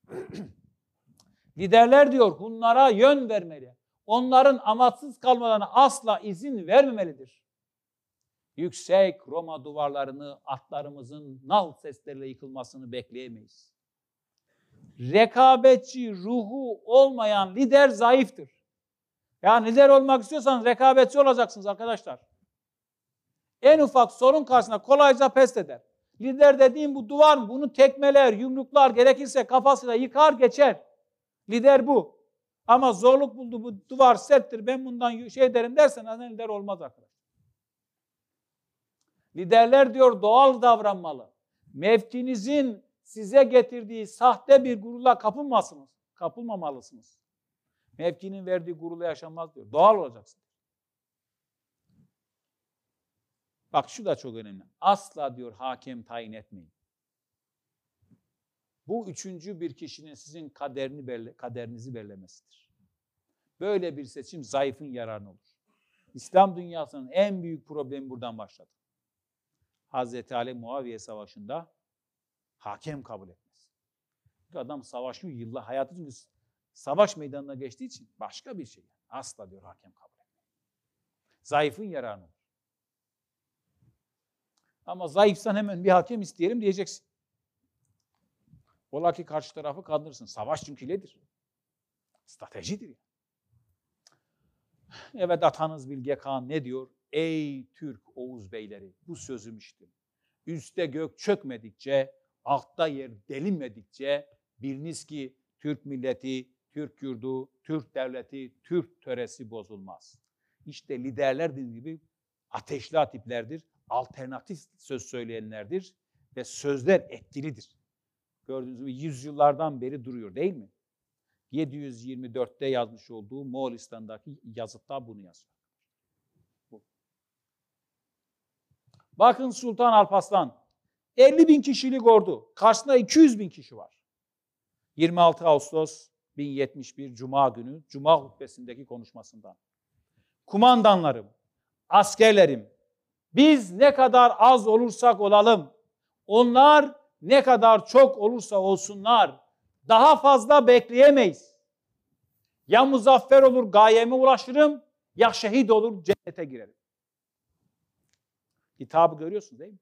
[SPEAKER 1] Liderler diyor Hunlara yön vermeli. Onların amaçsız kalmalarına asla izin vermemelidir. Yüksek Roma duvarlarını atlarımızın nal sesleriyle yıkılmasını bekleyemeyiz. Rekabetçi ruhu olmayan lider zayıftır. Yani lider olmak istiyorsanız rekabetçi olacaksınız arkadaşlar. En ufak sorun karşısında kolayca pes eder. Lider dediğim bu duvar mı? Bunu tekmeler, yumruklar, gerekirse kafasıyla yıkar geçer. Lider bu. Ama zorluk buldu bu duvar serttir ben bundan şey derim dersen lider olmaz arkadaşlar. Liderler diyor doğal davranmalı. Mevkinizin size getirdiği sahte bir gururla kapılmasınız. Kapılmamalısınız. Mevkinin verdiği gururla yaşanmaz diyor. Doğal olacaksın. Bak şu da çok önemli. Asla diyor hakem tayin etmeyin. Bu üçüncü bir kişinin sizin kaderini belli, kaderinizi belirlemesidir. Böyle bir seçim zayıfın yararına olur. İslam dünyasının en büyük problemi buradan başladı. Hazreti Ali Muaviye Savaşı'nda hakem kabul etmez. Adam savaşıyor yıllar hayatı çünkü savaş meydanına geçtiği için başka bir şey. Asla diyor hakem kabul etmez. Zayıfın yararına olur. Ama zayıfsan hemen bir hakem isteyelim diyeceksin. Ola ki karşı tarafı kandırırsın. Savaş çünkü iledir. Stratejidir. Yani. Evet atanız Bilge Kağan ne diyor? Ey Türk Oğuz beyleri bu sözüm işitin. Üste gök çökmedikçe, altta yer delinmedikçe biliniz ki Türk milleti, Türk yurdu, Türk devleti, Türk töresi bozulmaz. İşte liderler dediğim gibi ateşli hatiplerdir, alternatif söz söyleyenlerdir ve sözler etkilidir. Gördüğünüz gibi yüzyıllardan beri duruyor değil mi? yedi yüz yirmi dörtte yazmış olduğu Moğolistan'daki yazıtta bunu yazıyor. Bu. Bakın Sultan Alparslan, elli bin kişilik ordu, karşısında iki yüz bin kişi var. yirmi altı Ağustos bin yetmiş bir Cuma günü, Cuma hutbesindeki konuşmasından. Kumandanlarım, askerlerim, biz ne kadar az olursak olalım, onlar ne kadar çok olursa olsunlar, daha fazla bekleyemeyiz. Ya muzaffer olur, gayeme ulaşırım, ya şehit olur, cennete girerim. Hitabı görüyorsunuz değil mi?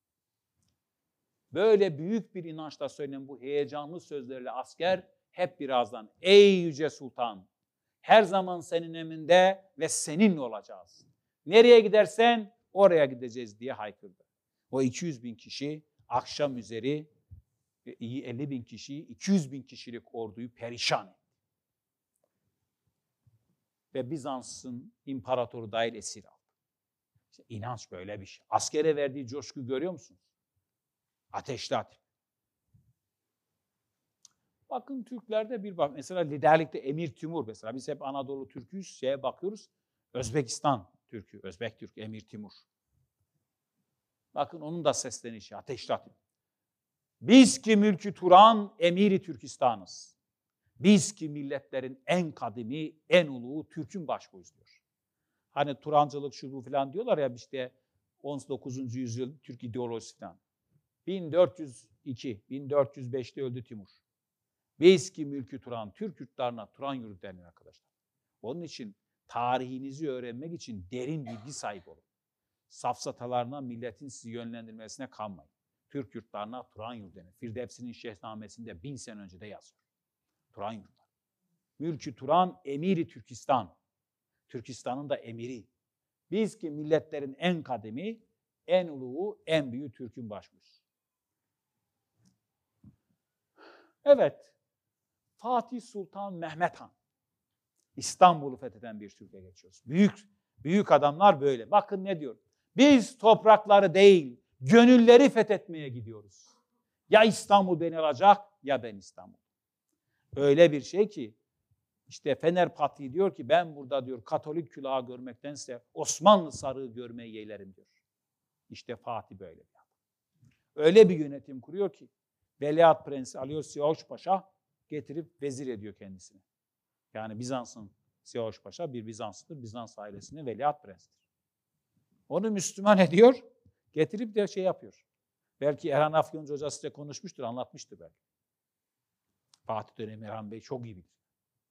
[SPEAKER 1] Böyle büyük bir inançla söylenen bu heyecanlı sözlerle asker hep birazdan, ey yüce sultan, her zaman senin emrinde ve seninle olacağız. Nereye gidersen oraya gideceğiz diye haykırdı. O iki yüz bin kişi akşam üzeri elli bin kişi, iki yüz bin kişilik orduyu perişan etti. Ve Bizans'ın imparatoru dahil esir aldı. İşte inanç böyle bir şey. Askere verdiği coşku görüyor musunuz? Ateşli ateş. Bakın Türklerde bir bak. Mesela liderlikte Emir Timur mesela. Biz hep Anadolu Türk'üyüz. Şeye bakıyoruz. Özbekistan Türk'ü, Özbek Türk, Emir Timur. Bakın onun da seslenişi, ateşlatın. Biz ki mülkü Turan, emiri Türkistan'ız. Biz ki milletlerin en kadimi, en uluğu Türk'ün başbuğuyuz diyor. Hani Turancılık şu bu falan diyorlar ya işte on dokuzuncu yüzyıl Türk ideolojisi falan. bin dört yüz iki, bin dört yüz beşte öldü Timur. Biz ki mülkü Turan, Türk yurtlarına Turan yurdu deniyor arkadaşlar. Onun için tarihinizi öğrenmek için derin bilgi sahibi olun. Safsatalarına, milletin sizi yönlendirmesine kalmayın. Türk yurtlarına Turan yurdu denir. Firdevsi'nin Şehnamesi'nde bin sene önce de yazıyor. Turan yurtları. Mülkü Turan, emiri Türkistan. Türkistan'ın da emiri. Biz ki milletlerin en kademi, en uluğu, en büyüğü Türk'ün başbuğuyuz. Evet, Fatih Sultan Mehmet Han. İstanbul'u fetheden bir Türk'e geçiyoruz. Büyük, büyük adamlar böyle. Bakın ne diyor? Biz toprakları değil, gönülleri fethetmeye gidiyoruz. Ya İstanbul beni alacak ya ben İstanbul. Öyle bir şey ki işte Fener Patriği diyor ki ben burada diyor Katolik külahı görmektense Osmanlı sarığı görmeyi yeğlerim diyor. İşte Fatih böyle bir adam. Öyle bir yönetim kuruyor ki Veliaht Prensi alıyor Siyavuş Paşa getirip vezir ediyor kendisine. Yani Bizans'ın Siyavuş Paşa bir Bizanslıdır. Bizans ailesinin Veliaht Prensidir. Onu Müslüman ediyor, getirip de şey yapıyor. Belki Erhan Afyoncu Hoca size konuşmuştur, anlatmıştır belki. Fatih dönemi Erhan Bey çok iyi bilir.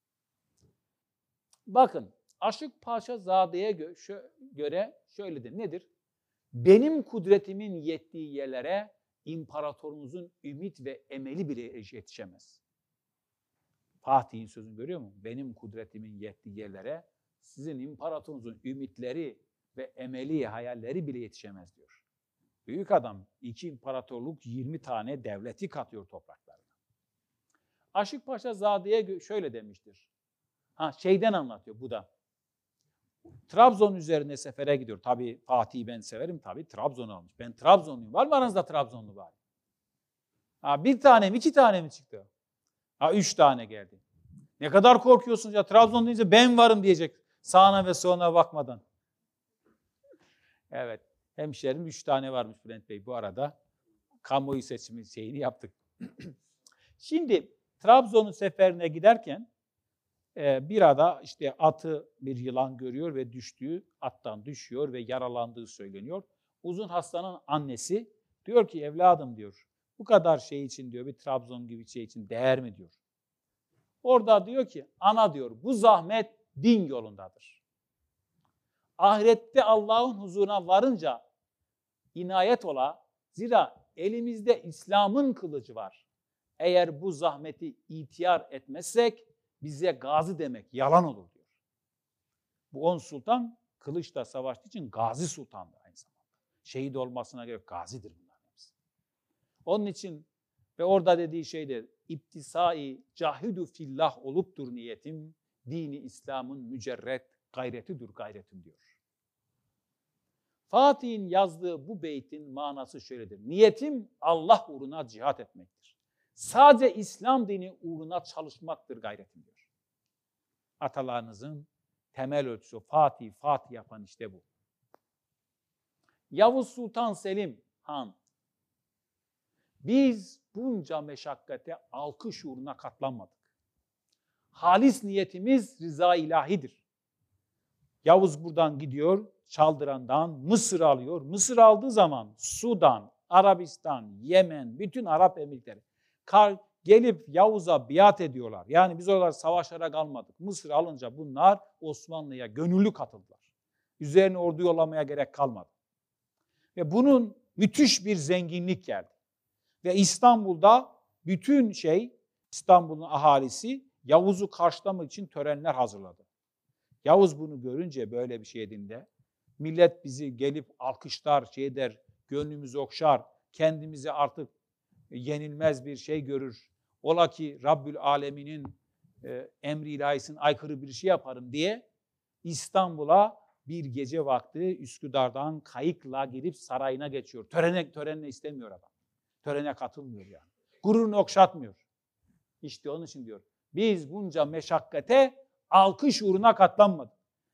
[SPEAKER 1] Bakın, Aşık Paşazade'ye gö- göre şöyledir. Nedir? Benim kudretimin yettiği yerlere imparatorunuzun ümit ve emeli bile yetişemez. Fatih'in sözünü görüyor musun? Benim kudretimin yettiği yerlere sizin imparatorunuzun ümitleri ve emeli, hayalleri bile yetişemez diyor. Büyük adam iki imparatorluk yirmi tane devleti katıyor topraklarına. Aşık Paşazade'ye şöyle demiştir. Ha şeyden anlatıyor bu da. Trabzon üzerine sefere gidiyor. Tabii Fatih'i ben severim tabii Trabzon'u almış. Ben Trabzonluyum. Var mı aranızda Trabzonlu var? Ha bir tane mi iki tane mi çıktı? Ha üç tane geldi. Ne kadar korkuyorsunuz ya Trabzon deyince ben varım diyecek. Sağına ve soluna bakmadan. Evet. Hemşerim üç tane varmış Bülent Bey bu arada. Kamuoyu seçimi şeyini yaptık. Şimdi Trabzon'un seferine giderken bir ada işte atı bir yılan görüyor ve düştüğü attan düşüyor ve yaralandığı söyleniyor. Uzun Hasan'ın annesi diyor ki evladım diyor bu kadar şey için diyor bir Trabzon gibi şey için değer mi diyor. Orada diyor ki ana diyor bu zahmet din yolundadır. Ahirette Allah'ın huzuruna varınca inayet ola zira elimizde İslam'ın kılıcı var. Eğer bu zahmeti ihtiyar etmezsek bize gazi demek yalan olur diyor. Bu on sultan kılıçla savaştığı için gazi sultandır aynı zamanda. Şehit olmasına gerek gazidir bunlar hepsi. Onun için ve orada dediği şeyde İptisai cahidu fillah oluptur niyetim, dini İslam'ın mücerret gayretidir gayretim diyor. Fatih'in yazdığı bu beytin manası şöyledir. Niyetim Allah uğruna cihat etmektir. Sadece İslam dini uğruna çalışmaktır gayretim diyor. Atalarınızın temel ölçüsü Fatih, Fatih yapan işte bu. Yavuz Sultan Selim Han, biz bunca meşakkate alkış uğruna katlanmadık. Halis niyetimiz rıza ilahidir. Yavuz buradan gidiyor, Çaldıran'dan Mısır alıyor. Mısır aldığı zaman Sudan, Arabistan, Yemen, bütün Arap emirlikleri gelip Yavuz'a biat ediyorlar. Yani biz oralar savaşlara kalmadık. Mısır alınca bunlar Osmanlı'ya gönüllü katıldılar. Üzerine ordu yollamaya gerek kalmadı. Ve bunun müthiş bir zenginlik geldi. Ve İstanbul'da bütün şey, İstanbul'un ahalisi Yavuz'u karşılamak için törenler hazırladı. Yavuz bunu görünce böyle bir şey dediğinde, millet bizi gelip alkışlar, şey der, gönlümüzü okşar, kendimizi artık yenilmez bir şey görür. Ola ki Rabbül Alemin'in e, emri ilahisine aykırı bir şey yaparım diye İstanbul'a bir gece vakti Üsküdar'dan kayıkla girip sarayına geçiyor. Törene, törenle istemiyor adam. Törene katılmıyor yani. Gururunu okşatmıyor. İşte onun için diyor. Biz bunca meşakkate alkış uğruna katlanmadık.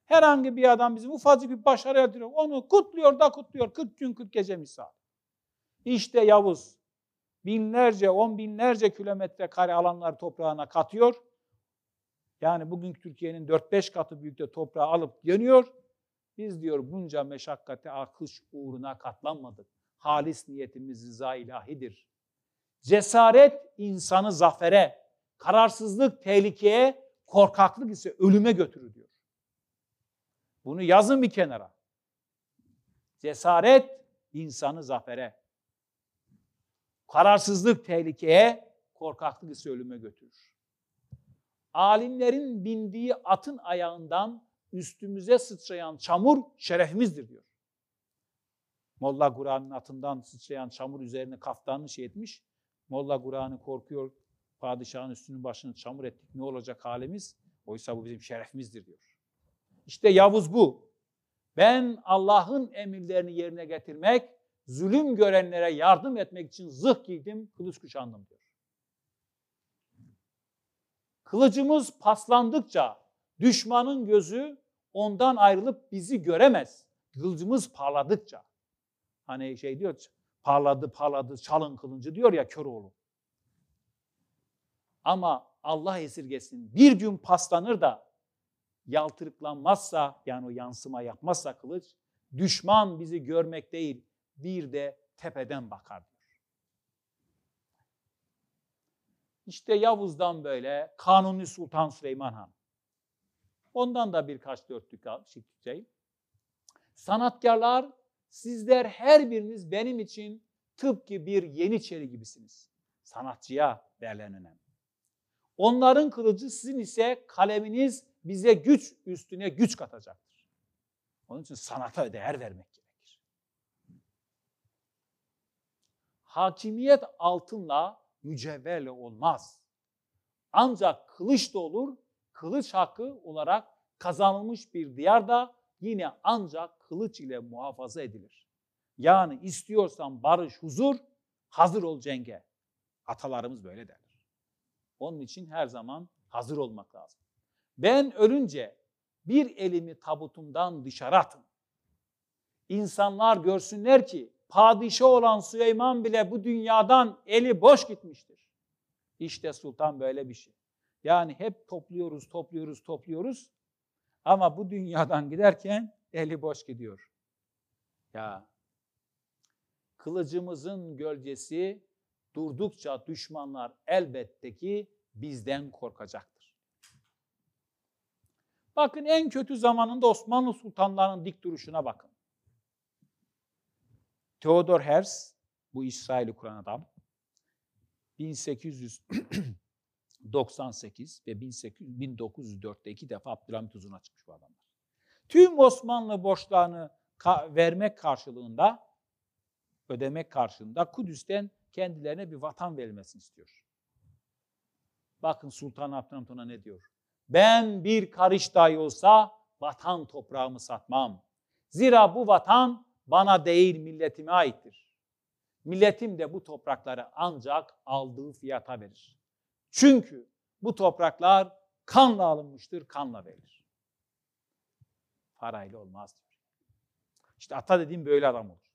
[SPEAKER 1] Herhangi bir adam bizim ufacık bir başarı elde ediyor. Onu kutluyor da kutluyor. kırk gün kırk gece misal. İşte Yavuz binlerce, on binlerce kilometre kare alanlar toprağına katıyor. Yani bugünkü Türkiye'nin dört beş katı büyükte toprağı alıp dönüyor. Biz diyor bunca meşakkate akış uğruna katlanmadık. Halis niyetimiz rıza ilahidir. Cesaret insanı zafere, kararsızlık tehlikeye, korkaklık ise ölüme götürür diyor. Bunu yazın bir kenara. Cesaret insanı zafere, kararsızlık tehlikeye, korkaklık ise ölüme götürür. Alimlerin bindiği atın ayağından üstümüze sıçrayan çamur şerefimizdir diyor. Molla Kur'an'ın atından sıçrayan çamur üzerine kaftanını şey etmiş. Molla Kur'an'ı korkuyor, padişahın üstünün başını çamur ettik, ne olacak halimiz? Oysa bu bizim şerefimizdir diyor. İşte Yavuz bu. Ben Allah'ın emirlerini yerine getirmek, zulüm görenlere yardım etmek için zırh giydim, kılıç kuşandım diyor. Kılıcımız paslandıkça düşmanın gözü ondan ayrılıp bizi göremez. Kılıcımız parladıkça. Hani şey diyor, parladı parladı çalın kılıncı diyor ya Köroğlu. Ama Allah esirgesin bir gün paslanır da yaltırıklanmazsa, yani o yansıma yapmazsa kılıç, düşman bizi görmek değil, bir de tepeden bakar diyor. İşte Yavuz'dan böyle Kanuni Sultan Süleyman Han. Ondan da birkaç dörtlük çekeceğim. Sanatkarlar, sizler her biriniz benim için tıpkı bir yeniçeri gibisiniz. Sanatçıya verilen önem. Onların kılıcı, sizin ise kaleminiz bize güç üstüne güç katacaktır. Onun için sanata değer vermek gerekir. Hakimiyet altınla, mücevherle olmaz. Ancak kılıç da olur, kılıç hakkı olarak kazanılmış bir diyarda yine ancak kılıç ile muhafaza edilir. Yani istiyorsan barış, huzur, hazır ol cenge. Atalarımız böyle derler. Onun için her zaman hazır olmak lazım. Ben ölünce bir elimi tabutumdan dışarı atın. İnsanlar görsünler ki padişah olan Süleyman bile bu dünyadan eli boş gitmiştir. İşte sultan böyle bir şey. Yani hep topluyoruz, topluyoruz, topluyoruz. Ama bu dünyadan giderken eli boş gidiyor. Ya kılıcımızın gölgesi durdukça düşmanlar elbette ki bizden korkacaktır. Bakın en kötü zamanında Osmanlı sultanlarının dik duruşuna bakın. Theodor Herzl, bu İsrail'i kuran adam, bin sekiz yüz doksan sekiz ve bin dokuz yüz dörtte iki defa Abdülhamit huzuruna çıkmış bu adamlar. Tüm Osmanlı borçlarını ka- vermek karşılığında, ödemek karşılığında Kudüs'ten kendilerine bir vatan verilmesini istiyor. Bakın Sultan Abdülhamit ona ne diyor? Ben bir karış dahi olsa vatan toprağımı satmam. Zira bu vatan bana değil milletime aittir. Milletim de bu toprakları ancak aldığı fiyata verir. Çünkü bu topraklar kanla alınmıştır, kanla verilir. Parayla olmaz diyor. İşte ata dediğim böyle adam olur.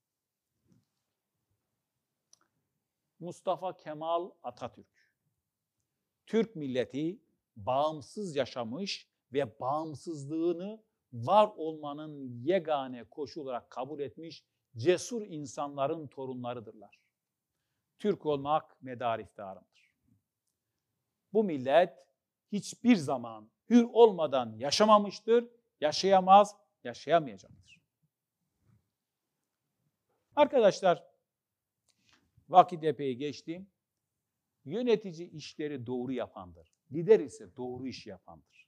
[SPEAKER 1] Mustafa Kemal Atatürk. Türk milleti bağımsız yaşamış ve bağımsızlığını var olmanın yegane koşu olarak kabul etmiş cesur insanların torunlarıdırlar. Türk olmak medar iftiharımdır. Bu millet hiçbir zaman hür olmadan yaşamamıştır, yaşayamaz, yaşayamayacaktır. Arkadaşlar, vakit epey geçti. Yönetici işleri doğru yapandır. Lider ise doğru işi yapandır.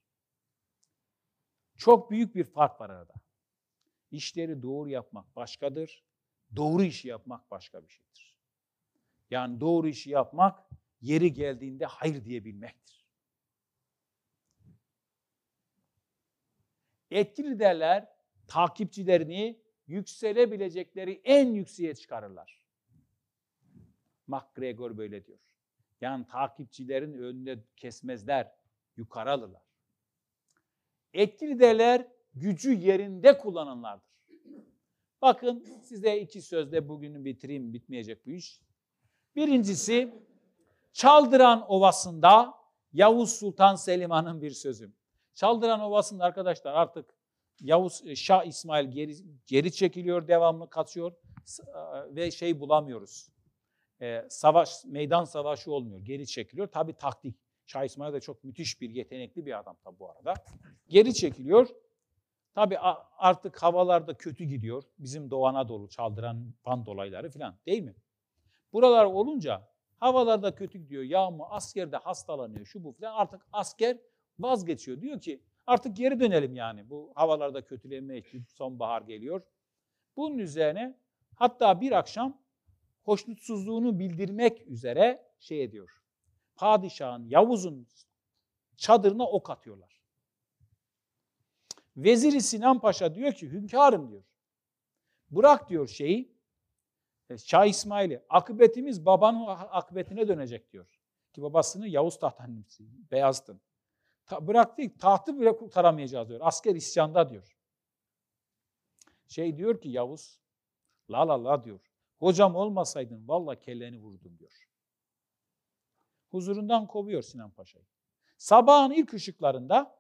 [SPEAKER 1] Çok büyük bir fark var arada. İşleri doğru yapmak başkadır, doğru işi yapmak başka bir şeydir. Yani doğru işi yapmak, yeri geldiğinde hayır diyebilmektir. Etkili liderler takipçilerini yükselebilecekleri en yükseğe çıkarırlar. MacGregor böyle diyor. Yani takipçilerin önüne kesmezler, yukarı alırlar. Etkili liderler gücü yerinde kullananlardır. Bakın size iki sözle bugünü bitireyim, bitmeyecek bu iş. Birincisi, Çaldıran Ovası'nda Yavuz Sultan Selim Han'ın bir sözü. Çaldıran Ovası'nda arkadaşlar artık Yavuz Şah İsmail geri, geri çekiliyor, devamlı kaçıyor ve şey bulamıyoruz. Ee, savaş, meydan savaşı olmuyor, geri çekiliyor. Tabii taktik. Şah İsmail de çok müthiş bir, yetenekli bir adam tabii bu arada. Geri çekiliyor. Tabii artık havalarda kötü gidiyor. Bizim Doğu Anadolu, Çaldıran Van dolayları falan değil mi? Buralar olunca havalarda kötü gidiyor. Yağmur, asker de hastalanıyor, şu bu falan. Artık asker vazgeçiyor. Diyor ki artık geri dönelim yani. Bu havalarda kötülenme için sonbahar geliyor. Bunun üzerine hatta bir akşam hoşnutsuzluğunu bildirmek üzere şey ediyor. Padişahın, Yavuz'un çadırına ok atıyorlar. Veziri Sinan Paşa diyor ki hünkârım diyor. Bırak diyor şeyi, Şah İsmail'i, akıbetimiz babanın akıbetine dönecek diyor. Ki babasını Yavuz tahtannisi, Beyazıt'ın. Ta, bırak değil, tahtı bile kurtaramayacağız diyor. Asker isyanda diyor. Şey diyor ki Yavuz, la la la diyor. Hocam olmasaydın vallahi kelleni vurdum diyor. Huzurundan kovuyor Sinan Paşa'yı. Sabahın ilk ışıklarında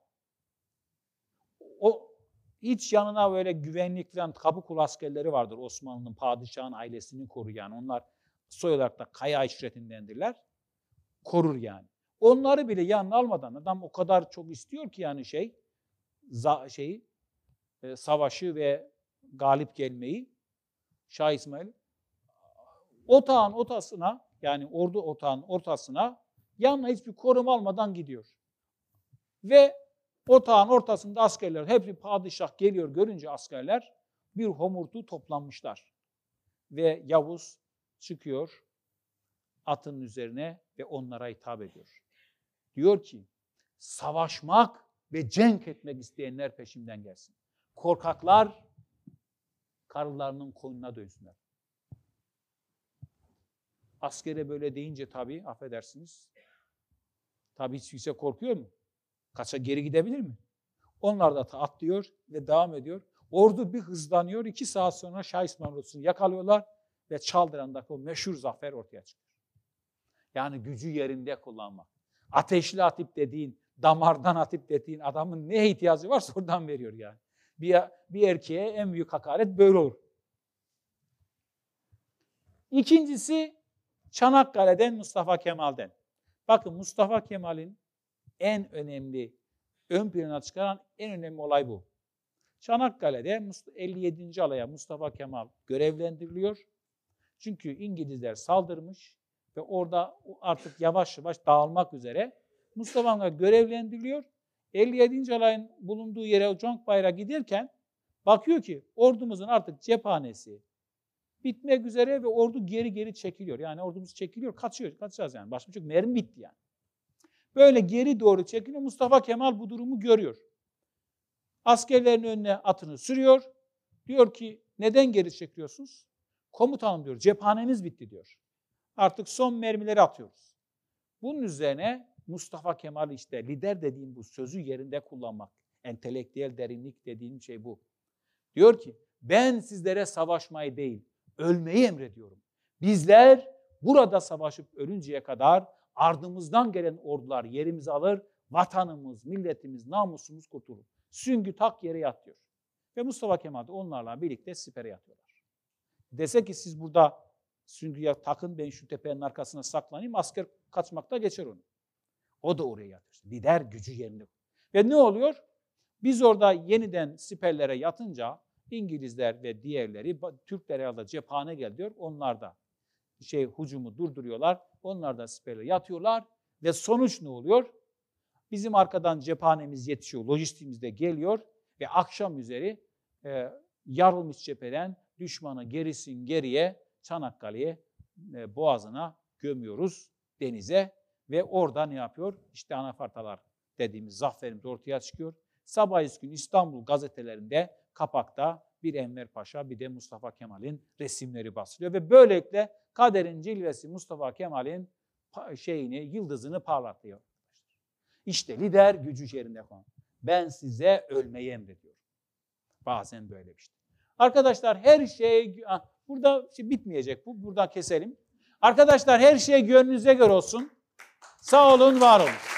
[SPEAKER 1] o hiç yanına böyle güvenlik falan kapı kulu askerleri vardır. Osmanlı'nın, padişahın ailesini koruyan. Onlar soy olarak da Kaya işretindendirler. Korur yani. Onları bile yanına almadan adam o kadar çok istiyor ki yani şey za, şeyi e, savaşı ve galip gelmeyi Şah İsmail otağın ortasına yani ordu otağın ortasına yanına hiçbir koruma almadan gidiyor. Ve otağın ortasında askerler, hepsi padişah geliyor görünce askerler bir homurtu toplanmışlar. Ve Yavuz çıkıyor atın üzerine ve onlara hitap ediyor. Diyor ki savaşmak ve cenk etmek isteyenler peşimden gelsin. Korkaklar karılarının koynuna dönsünler. Askere böyle deyince tabii affedersiniz. Tabii hiç kimse korkuyor mu? Kaça geri gidebilir mi? Onlar da atlıyor ve devam ediyor. Ordu bir hızlanıyor. İki saat sonra Şah İsmail ordusunu yakalıyorlar ve Çaldıran'daki o meşhur zafer ortaya çıkıyor. Yani gücü yerinde kullanmak. Ateşli atip dediğin, damardan atip dediğin adamın ne ihtiyacı varsa oradan veriyor yani. Bir, bir erkeğe en büyük hakaret böyle olur. İkincisi Çanakkale'den Mustafa Kemal'den. Bakın Mustafa Kemal'in en önemli, ön plana çıkaran en önemli olay bu. Çanakkale'de elli yedinci alaya Mustafa Kemal görevlendiriliyor. Çünkü İngilizler saldırmış ve orada artık yavaş yavaş dağılmak üzere Mustafa Kemal görevlendiriliyor. elli yedinci alayın bulunduğu yere Conk Bayır'a giderken bakıyor ki ordumuzun artık cephanesi bitmek üzere ve ordu geri geri çekiliyor. Yani ordumuz çekiliyor, kaçıyor, kaçacağız yani. Başka çok mermi bitti yani. Böyle geri doğru çekiliyor. Mustafa Kemal bu durumu görüyor. Askerlerin önüne atını sürüyor. Diyor ki neden geri çekiliyorsunuz? Komutanım diyor cephanemiz bitti diyor. Artık son mermileri atıyoruz. Bunun üzerine Mustafa Kemal işte lider dediğim bu sözü yerinde kullanmak. Entelektüel derinlik dediğim şey bu. Diyor ki ben sizlere savaşmayı değil ölmeyi emrediyorum. Bizler burada savaşıp ölünceye kadar ardımızdan gelen ordular yerimizi alır, vatanımız, milletimiz, namusumuz kurtulur. Süngü tak yere yat diyor. Ve Mustafa Kemal de onlarla birlikte sipere yatıyorlar. Dese ki siz burada süngüye takın, ben şu tepenin arkasına saklanayım, asker kaçmakta geçer onu. O da oraya yatıyor. Lider gücü yerinde. Ve ne oluyor? Biz orada yeniden siperlere yatınca İngilizler ve diğerleri Türkler herhalde cephane gel diyor. Onlar da şey hücumu durduruyorlar. Onlar da siperlere yatıyorlar ve sonuç ne oluyor? Bizim arkadan cephanemiz yetişiyor, lojistiğimiz de geliyor ve akşam üzeri e, yarılmış cepheden düşmanı gerisin geriye Çanakkale'ye e, boğazına gömüyoruz denize ve orada ne yapıyor? İşte anafartalar dediğimiz zaferimiz ortaya çıkıyor. Sabahüstü gün İstanbul gazetelerinde kapakta bir Enver Paşa bir de Mustafa Kemal'in resimleri basılıyor ve böylelikle kaderin cilvesi Mustafa Kemal'in şeyini, yıldızını parlatıyor. İşte lider gücü yerinde konan. Ben size ölmeyi emrediyorum. Bazen böyle bir şey. Arkadaşlar her şey, burada şey bitmeyecek bu, buradan keselim. Arkadaşlar her şey gönlünüze göre olsun. Sağ olun, var olun.